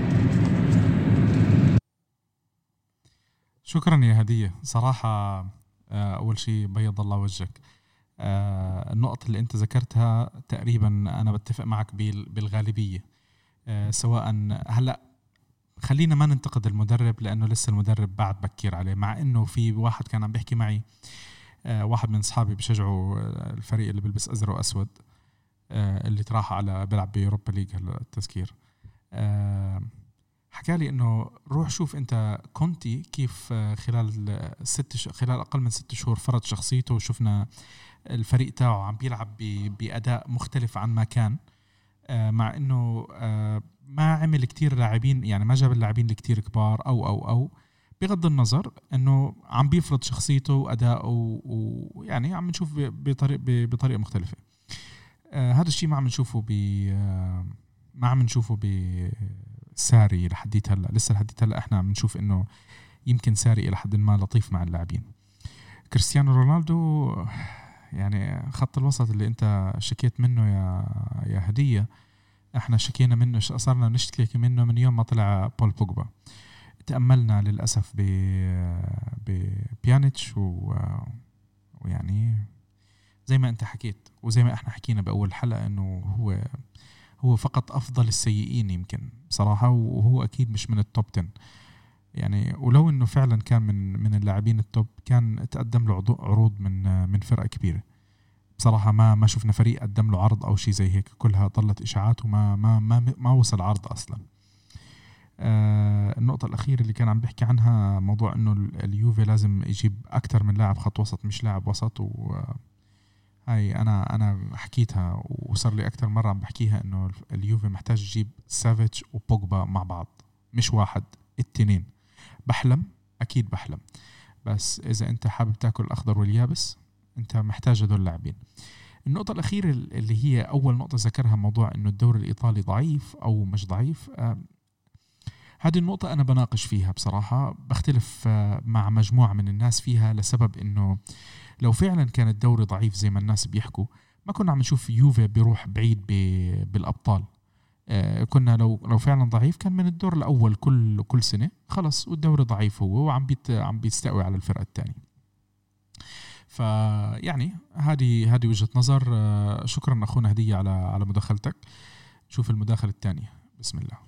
شكرا يا هديه صراحه. اول شيء بيض الله وجهك. النقط اللي انت ذكرتها تقريبا انا بتفق معك بالغالبيه. سواء هلا خلينا ما ننتقد المدرب لانه لسه المدرب بعد بكير عليه، مع انه في واحد كان عم بيحكي معي، واحد من اصحابي بيشجعوا الفريق اللي بيلبس ازرق واسود اللي تراح على بيلعب بأوروبا ليج هلا التذكير، حكى لي انه روح شوف انت كونتي كيف خلال ست ش... خلال اقل من ست شهور فرض شخصيته، وشفنا الفريق تاعه عم بيلعب ب... بأداء مختلف عن ما كان، مع انه ما عمل كتير لاعبين، يعني ما جاب اللاعبين اللي كتير كبار او او او بغض النظر انه عم بيفرض شخصيته واداؤه، ويعني عم نشوف بطريقه بطريقه مختلفه. هذا الشيء ما عم نشوفه ب ما عم نشوفه ب ساري لحديت هلا. لسه لحديت هلا احنا عم نشوف انه يمكن ساري الى حد ما لطيف مع اللاعبين. كريستيانو رونالدو يعني خط الوسط اللي انت شكيت منه يا يا هديه، احنا شكينا منه، صرنا نشتكي منه من يوم ما طلع بول بوجبا. تأملنا للأسف ب ببيانيتش ويعني زي ما انت حكيت وزي ما احنا حكينا بأول حلقة انه هو هو فقط أفضل السيئين يمكن بصراحة، وهو أكيد مش من التوب عشرة يعني. ولو إنه فعلا كان من من اللاعبين التوب كان تقدم له عروض من من فرقة كبيرة بصراحة. ما ما شفنا فريق قدم له عرض أو شيء زي هيك، كلها ضلت إشاعات وما ما ما ما وصل عرض أصلا. آه النقطة الأخيرة اللي كان عم بحكي عنها موضوع إنه اليوفي لازم يجيب أكتر من لاعب خط وسط مش لاعب وسط، و هاي أنا أنا حكيتها وصار لي أكتر مرة عم بحكيها إنه اليوفي محتاج يجيب سافيتش وبوجبا مع بعض، مش واحد التنين. بحلم أكيد بحلم، بس إذا أنت حابب تاكل الأخضر واليابس أنت محتاج هدول اللاعبين. النقطة الأخيرة اللي هي أول نقطة ذكرها موضوع إنه الدوري الإيطالي ضعيف أو مش ضعيف، آه هذه النقطة أنا بناقش فيها بصراحة، بختلف آه مع مجموعة من الناس فيها، لسبب إنه لو فعلا كان الدوري ضعيف زي ما الناس بيحكوا ما كنا عم نشوف يوفي بيروح بعيد بالأبطال. آه كنا لو لو فعلا ضعيف كان من الدور الأول كل كل سنة خلص، والدوري ضعيف هو وعم بيت عم بيستقوي على الفرقة الثانية. فيعني هذه هذه وجهة نظر. آه شكرا أخونا هدية على على مداخلتك. شوف المداخلة الثانية. بسم الله.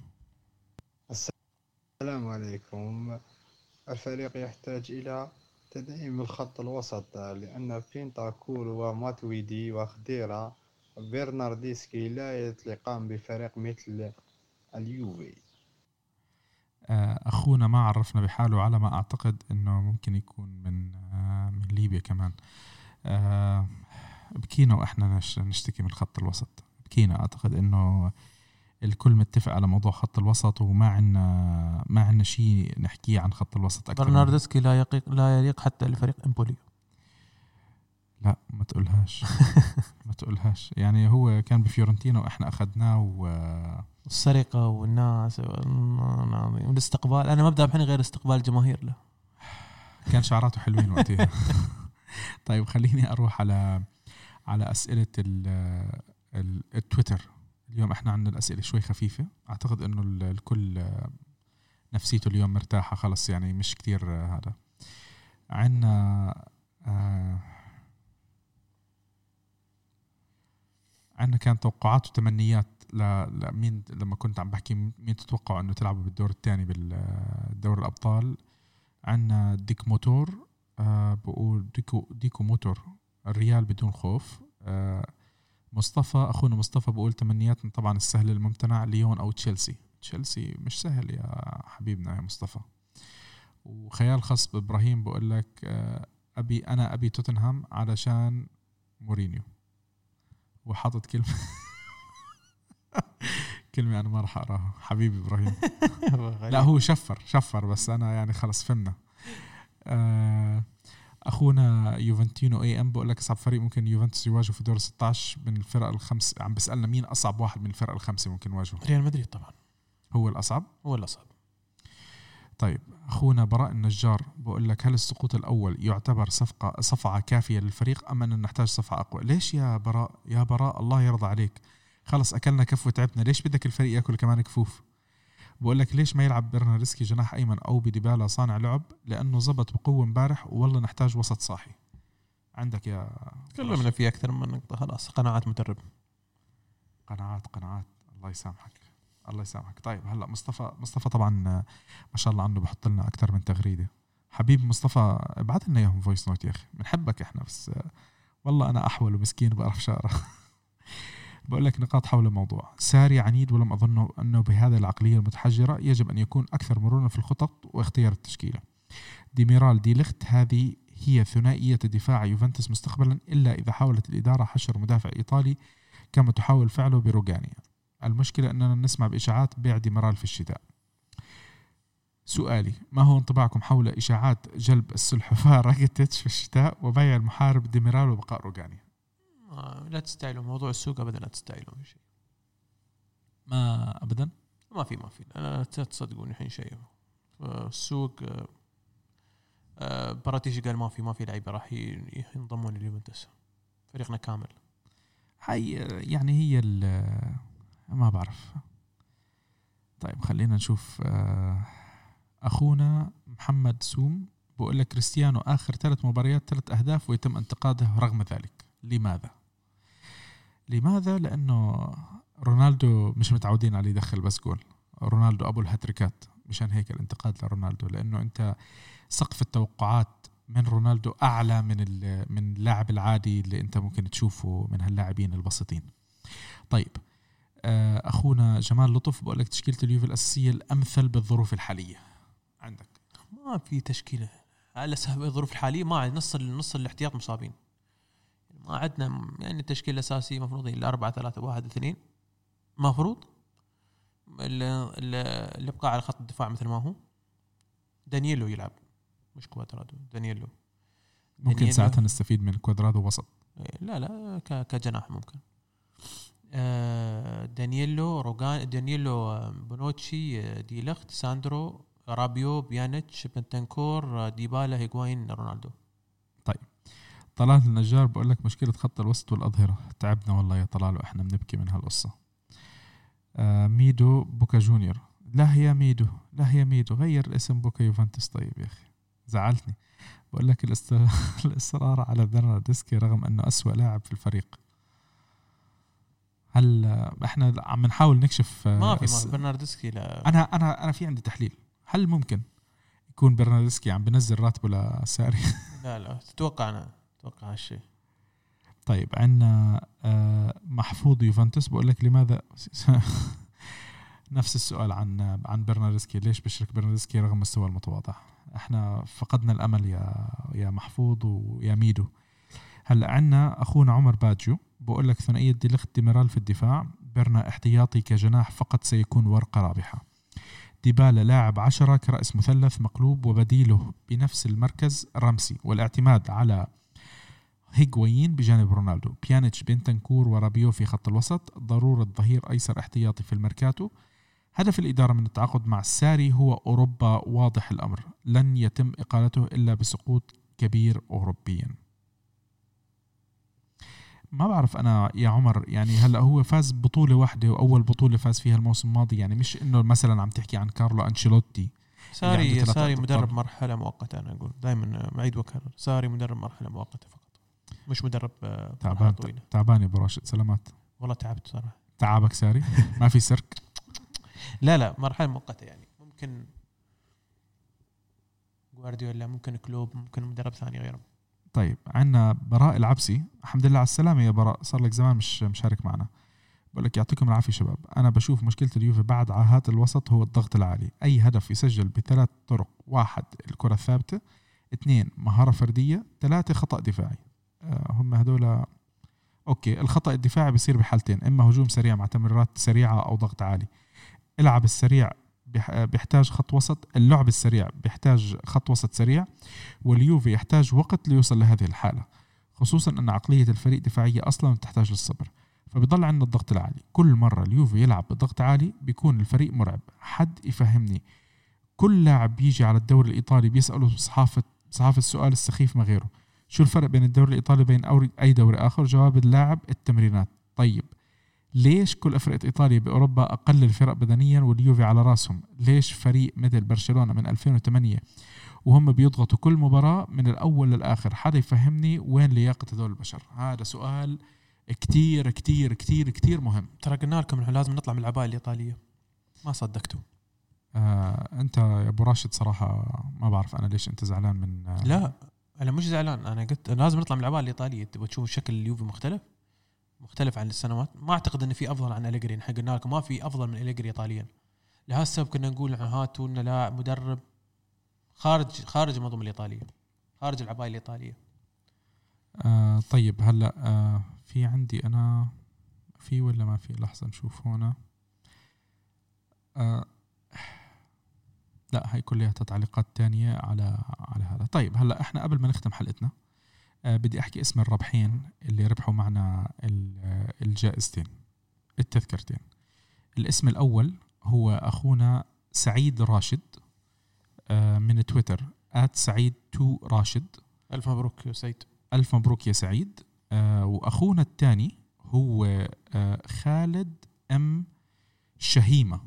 السلام عليكم. الفريق يحتاج إلى تدعيم الخط الوسط، لأن بينتاكور وماتويدي وخديرا وبرناردسكي لا يتلقان بفريق مثل اليوفي. أخونا ما عرفنا بحاله، على ما أعتقد أنه ممكن يكون من من ليبيا كمان. بكينا وإحنا نشتكي من خط الوسط، بكينا. أعتقد أنه الكل متفق على موضوع خط الوسط، وما عنا ما عنا شيء نحكيه عن خط الوسط أكثر. برناردسكي لا يقيق لا يليق حتى لفريق إمبولي. لا ما تقولهاش ما تقولهاش. يعني هو كان بفيورنتينا وإحنا أخذناه، والسرقة والناس والاستقبال. أنا ما بدأ بحني غير استقبال جماهير له، كان شعراته حلوين وقتها. طيب خليني أروح على على أسئلة التويتر. اليوم احنا عندنا الأسئلة شوي خفيفة، اعتقد انه الكل نفسيته اليوم مرتاحة خلص، يعني مش كتير هذا. عندنا آه عندنا كان توقعات وتمنيات لمين لما كنت عم بحكي مين تتوقعوا انه تلعبوا بالدور الثاني بالدور الابطال. عندنا ديك موتور آه بقول ديكو ديكو موتور الريال بدون خوف. آه مصطفى أخونا مصطفى بقول تمنياتنا طبعا السهل الممتنع ليون أو تشيلسي. تشيلسي مش سهل يا حبيبنا يا مصطفى. وخيال خاص بإبراهيم بقول لك آه أبي أنا أبي توتنهام علشان مورينيو، وحاطط كلمة كلمة أنا ما راح أقراها حبيبي إبراهيم. لا هو شفر شفر بس أنا يعني خلص فهمنا. آه أخونا يوفنتينو اي ام بقول لك أصعب فريق ممكن يوفنتوس يواجهه في دور ستة عشر من الفرق الخمس. عم بسألنا مين أصعب واحد من الفرق الخمسة ممكن يواجهه. ريال مدريد طبعا هو الأصعب. هو الأصعب. طيب أخونا براء النجار بقول لك هل السقوط الأول يعتبر صفقة صفعة كافية للفريق أم أن نحتاج صفعة أقوى؟ ليش يا براء يا براء الله يرضى عليك، خلص أكلنا كف وتعبنا، ليش بدك الفريق يأكل كمان كفوف؟ بقول لك ليش ما يلعب برناردسكي جناح أيمن أو بديبالا صانع لعب، لأنه زبط بقوة امبارح والله نحتاج وسط صاحي. عندك يا تكلمنا فيه أكثر من نقطة، خلاص قناعات مدرب. قناعات قناعات الله يسامحك الله يسامحك. طيب هلا مصطفى مصطفى طبعا ما شاء الله عنه بحط لنا أكثر من تغريدة. حبيب مصطفى ابعث لنا اياهم فويس نوت يا أخي، بنحبك إحنا بس والله أنا أحول ومسكين بعرف شارة. بقول لك نقاط حول الموضوع. ساري عنيد ولم أظن أنه بهذه العقلية المتحجرة يجب أن يكون أكثر مرونة في الخطط واختيار التشكيلة. ديميرال دي ليخت هذه هي ثنائية دفاع يوفنتوس مستقبلا، إلا إذا حاولت الإدارة حشر مدافع إيطالي كما تحاول فعله بروجانيا. المشكلة أننا نسمع بإشاعات بيع ديميرال في الشتاء. سؤالي ما هو انطباعكم حول إشاعات جلب السلحفاة راكيتيتش في الشتاء وبيع المحارب ديميرال وبقاء روجانيا؟ لا تستاهلوا موضوع السوق أبدا، لا تستاهلوا شيء ما أبدا ما في ما في لا تصدقوني الحين شيء. السوق براتيش قال ما في ما في لعيبة راح ينضمون لليوفنتوس، فريقنا كامل. هاي يعني هي ما بعرف. طيب خلينا نشوف. أخونا محمد سوم بقول لك كريستيانو آخر ثلاث مباريات ثلاث أهداف ويتم انتقاده رغم ذلك. لماذا؟ لماذا؟ لأنه رونالدو مش متعودين عليه يدخل بس جول. رونالدو أبو الهاتريكات، مشان هيك الانتقاد لرونالدو، لأنه أنت سقف التوقعات من رونالدو أعلى من من اللاعب العادي اللي أنت ممكن تشوفه من هاللاعبين البسيطين. طيب أخونا جمال لطف بقول لك تشكيلة اليوفي الأساسية الأمثل بالظروف الحالية. عندك ما في تشكيلة على سبب الظروف الحالية، ما عاد نص نص الاحتياط مصابين، ما عندنا يعني التشكيل الأساسي مفروض الأربعة ثلاثة واحد اثنين مفروض. اللي اللي بقى على خط الدفاع مثل ما هو دانييلو يلعب، مش كوادرادو. دانييلو ممكن ساعتها نستفيد من كوادرادو وسط. لا لا كجناح ممكن. دانييلو روجان دانييلو بونوتشي دي ليخت ساندرو رابيو بيانيتش بنتنكور ديبالا هيغواين رونالدو. طيب طلال النجار بقول لك مشكلة خط الوسط والأظهرة، تعبنا والله يا طلال وإحنا بنبكي من هالقصة. آه ميدو بوكا جونيور، لا هي ميدو لا هي ميدو غير اسم بوكا يوفنتوس. طيب يا أخي زعلتني. بقول لك الاست... الإصرار على برناردسكي رغم أنه أسوأ لاعب في الفريق. هل احنا عم نحاول نكشف؟ ما في ما برناردسكي. لا انا انا انا في عندي تحليل. هل ممكن يكون برناردسكي عم بنزل راتبه لساري؟ لا لا تتوقع انا اتوقع هالشيء. طيب عندنا محفوظ يوفنتوس بقول لك لماذا نفس السؤال عن عن برناردسكي، ليش بشرك برناردسكي رغم مستوى المتواضع؟ احنا فقدنا الامل يا يا محفوظ ويا ميدو. هلا عندنا اخونا عمر باجو بقول لك ثنائيه دي ليخت ديميرال في الدفاع، برنا احتياطي كجناح فقط سيكون ورقه رابحه. ديبالا لاعب عشرة كرأس مثلث مقلوب وبديله بنفس المركز رمسي، والاعتماد على هيغوايين بجانب رونالدو. بيانيتش بنتنكور ورابيو في خط الوسط. ضرورة ظهير أيسر احتياطي في الميركاتو. هدف الإدارة من التعاقد مع الساري هو أوروبا، واضح الأمر لن يتم إقالته إلا بسقوط كبير أوروبيا. ما بعرف أنا يا عمر، يعني هلأ هو فاز بطولة واحدة وأول بطولة فاز فيها الموسم الماضي، يعني مش إنه مثلا عم تحكي عن كارلو أنشيلوتي. ساري ساري مدرب مرحلة مؤقتة. أنا أقول دائما معيد وكرر ساري مدرب مرحلة مؤقتة فقط، مش مدرب تعبان تعبان يا براشد. سلامات والله تعبت صراحة. تعبك ساري ما في سرك. لا لا مرحلة مؤقتة يعني ممكن جوارديولا، ممكن كلوب، ممكن مدرب ثاني غيره. طيب عندنا براء العبسي، الحمد لله على السلامة يا براء، صار لك زمان مش مشارك معنا. بقول لك يعطيكم العافية شباب. أنا بشوف مشكلة اليوفي بعد عاهات الوسط هو الضغط العالي، أي هدف يسجل بثلاث طرق: واحد الكرة الثابتة، اثنين مهارة فردية، ثلاثة خطأ دفاعي. أه هم هدول أوكي. الخطأ الدفاعي بيصير بحالتين: إما هجوم سريع مع تمريرات سريعة أو ضغط عالي. العب السريع بيحتاج خط وسط، اللعب السريع بيحتاج خط وسط سريع، واليوفي يحتاج وقت ليوصل لهذه الحالة، خصوصا أن عقلية الفريق دفاعية أصلا تحتاج للصبر. فبيضل عندنا الضغط العالي. كل مرة اليوفي يلعب بضغط عالي بيكون الفريق مرعب. حد يفهمني، كل لاعب بيجي على الدوري الإيطالي بيسأله صحافة صحافة السؤال السخيف ما غيره: شو الفرق بين الدوري الإيطالي وبين أي دوري آخر؟ جواب اللاعب: التمرينات. طيب ليش كل فرقة إيطاليا بأوروبا أقل الفرق بدنيا واليوفي على راسهم؟ ليش فريق مثل برشلونة من ألفين وثمانية وهم بيضغطوا كل مباراة من الأول للآخر؟ حدا يفهمني وين لياقة هذول البشر؟ هذا سؤال كتير كتير كتير كتير مهم. ترى قلنا لكم إنه لازم نطلع من العباءة الإيطالية، ما صدقتوا. آه أنت يا أبو راشد صراحة ما بعرف أنا ليش أنت زعلان من آه لا أنا مش زعلان، أنا قلت لازم نطلع من العباءة الإيطالية. تبغى تشوف شكل اليوفي مختلف مختلف عن السنوات. ما أعتقد إن في أفضل عن أليجري، نحن قلنا لكم ما في أفضل من أليجري إيطاليا. لهالسبب كنا نقول هاتوا لنا لاعب مدرب خارج خارج المنظومة الإيطالية، خارج العباية الإيطالية. آه طيب هلا آه في عندي أنا في ولا ما في؟ لحظة نشوف هنا. آه لا هاي كلها تعليقات تانية على على هذا. طيب هلا احنا قبل ما نختم حلقتنا آه بدي احكي اسم الرابحين اللي ربحوا معنا الجائزتين التذكرتين. الاسم الاول هو اخونا سعيد راشد آه من تويتر آت سعيد تو راشد. الف مبروك يا سعيد. الف مبروك يا سعيد. آه واخونا الثاني هو آه خالد ام شهيمة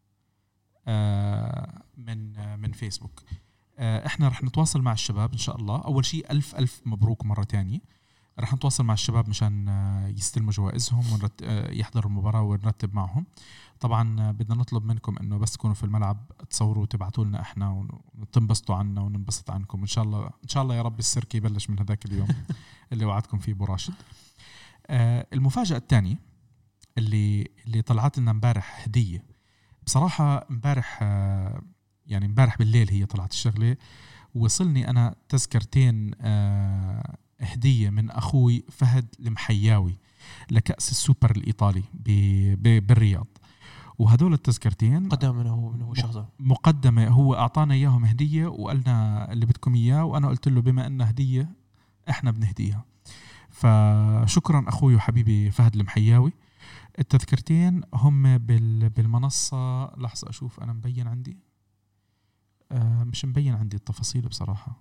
آه من آه من فيسبوك. آه احنا رح نتواصل مع الشباب ان شاء الله. اول شيء الف الف مبروك مرة تانية. رح نتواصل مع الشباب مشان آه يستلموا جوائزهم ويحضروا المباراة ونرتب معهم. طبعا آه بدنا نطلب منكم انه بس تكونوا في الملعب تصوروا وتبعتوا لنا احنا وتنبسطوا عنا وننبسط عنكم ان شاء الله. ان شاء الله يا رب السيرك يبلش من هذاك اليوم اللي وعدكم فيه ابو راشد. آه المفاجأة الثانية اللي اللي طلعت لنا امبارح هدية. بصراحة امبارح آه يعني امبارح بالليل هي طلعت الشغلة، وصلني أنا تذكرتين آه هدية من أخوي فهد المحياوي لكأس السوبر الإيطالي بالرياض. وهدول التذكرتين مقدمة منه هو منه شخصا مقدمة، هو أعطانا إياهم هدية وقالنا اللي بدكم إياه، وأنا قلت له بما أنها هدية إحنا بنهديها. فشكرا أخوي وحبيبي فهد المحياوي. التذكرتين هم بالمنصة. لحظة أشوف أنا مبين عندي آه مش مبين عندي التفاصيل بصراحة.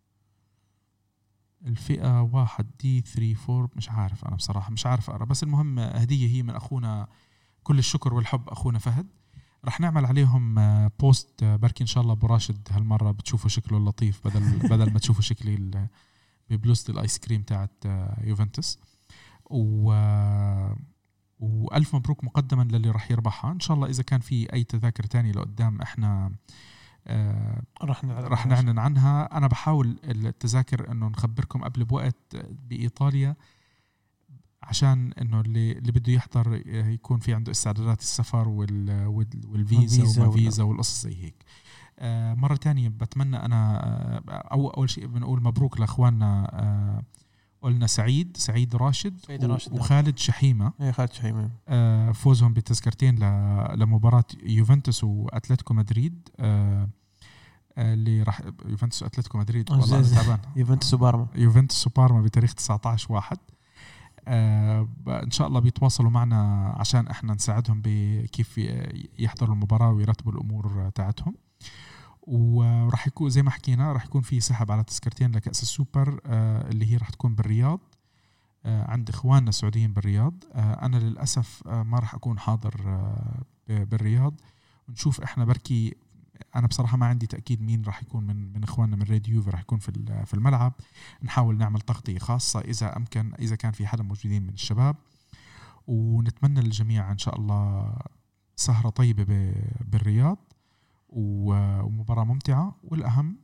الفئة واحد دي ثري فور مش عارف أنا بصراحة مش عارف أقرأ، بس المهم هدية هي من أخونا. كل الشكر والحب أخونا فهد. رح نعمل عليهم بوست بركي إن شاء الله. براشد هالمرة بتشوفوا شكله اللطيف بدل بدل ما تشوفوا شكلي ببلوزة الآيس كريم تاعت يوفنتوس. و وألف مبروك مقدما للي راح يربحها إن شاء الله. إذا كان في أي تذاكر تاني لقدام إحنا آه راح راح نعلن عنها. أنا بحاول التذاكر إنه نخبركم قبل بوقت بإيطاليا، عشان إنه اللي اللي بده يحضر يكون في عنده استعدادات السفر وال والفيزا وما فيزا والقصص زي هيك. آه مرة تانية بتمنى أنا آه أو أول شيء بنقول مبروك لأخواننا. آه قلنا سعيد سعيد راشد, سعيد راشد وخالد شحيمة. ايه خالد شحيمة آه فوزهم بالتذكرتين لمباراة يوفنتوس وأتلتيكو مدريد آه اللي راح يوفنتوس وأتلتيكو مدريد. والله تعبان. يوفنتوس وبارما يوفنتوس وبارما بتاريخ تسعة عشر واحد. آه إن شاء الله بيتواصلوا معنا عشان إحنا نساعدهم بكيف يحضروا المباراة ويرتبوا الأمور تاعتهم. وراح يكون زي ما حكينا راح يكون في سحب على تذكرتين لكأس السوبر آه اللي هي راح تكون بالرياض آه عند إخواننا السعوديين بالرياض. آه أنا للأسف آه ما راح أكون حاضر آه بالرياض. ونشوف إحنا بركي. أنا بصراحة ما عندي تأكيد مين راح يكون من من إخواننا من راديو راح يكون في في الملعب. نحاول نعمل تغطية خاصة إذا أمكن، إذا كان في حدا موجودين من الشباب. ونتمنى للجميع إن شاء الله سهرة طيبة بالرياض ومباراة ممتعة. والأهم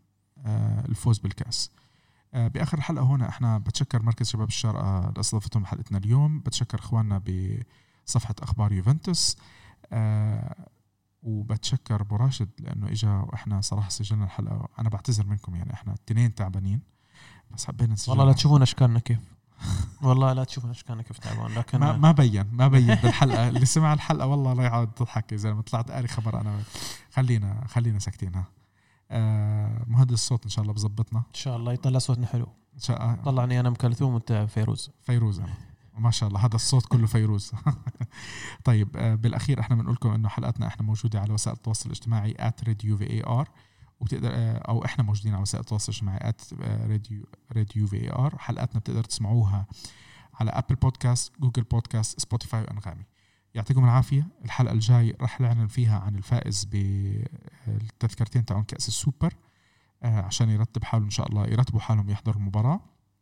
الفوز بالكأس. بآخر الحلقة هنا احنا بتشكر مركز شباب الشارقة لاستضافتهم حلقتنا اليوم، بتشكر اخواننا بصفحة اخبار يوفنتوس، أه وبتشكر ابو راشد لانه اجا واحنا صراحة سجلنا الحلقة. انا بعتذر منكم يعني احنا اثنين تعبانين بس حبينا نسجل. والله لا تشوفون اشكالنا كيف والله لا تشوفون اشكالنا كيف تعبان، لكن ما, ما بين ما بين بالحلقة اللي سمع الحلقة والله لا يقعد تضحك يا زلمة، طلعت قاري خبر انا. خلينا خلينا ساكتين. ها آه مهندس الصوت ان شاء الله بزبطنا ان شاء الله يطلع صوتنا حلو. ان شاء الله طلعني انا ام كلثوم وانت فيروز. فيروز أنا. ما شاء الله هذا الصوت كله فيروز. طيب آه بالاخير احنا بنقول لكم انه حلقاتنا احنا موجوده على وسائل التواصل الاجتماعي آت راديو في اي ار، وبتقدر آه او احنا موجودين على وسائل التواصل الاجتماعي آت راديو راديو في اي ار. حلقاتنا بتقدر تسمعوها على ابل بودكاست، جوجل بودكاست، سبوتيفاي وانغامي. يعطيكم العافيه. الحلقه الجاي راح نعلن فيها عن الفائز بالتذكرتين تاعون كاس السوبر عشان يرتب حاله إن شاء الله، يرتبوا حالهم يحضروا المباراة.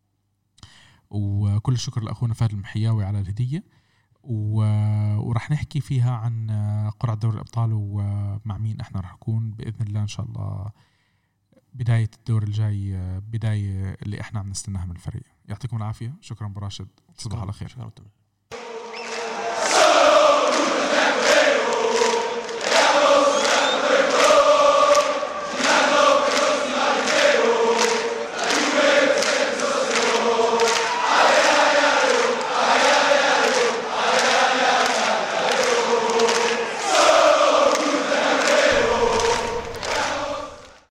وكل الشكر لأخونا فهد المحياوي على الهدية، ورح نحكي فيها عن قرعة دوري الأبطال ومع مين احنا رح نكون بإذن الله إن شاء الله بداية الدور الجاي، بداية اللي احنا عم نستناها من الفريق. يعطيكم العافية. شكرا براشد، تصبحوا على خير. شكرا.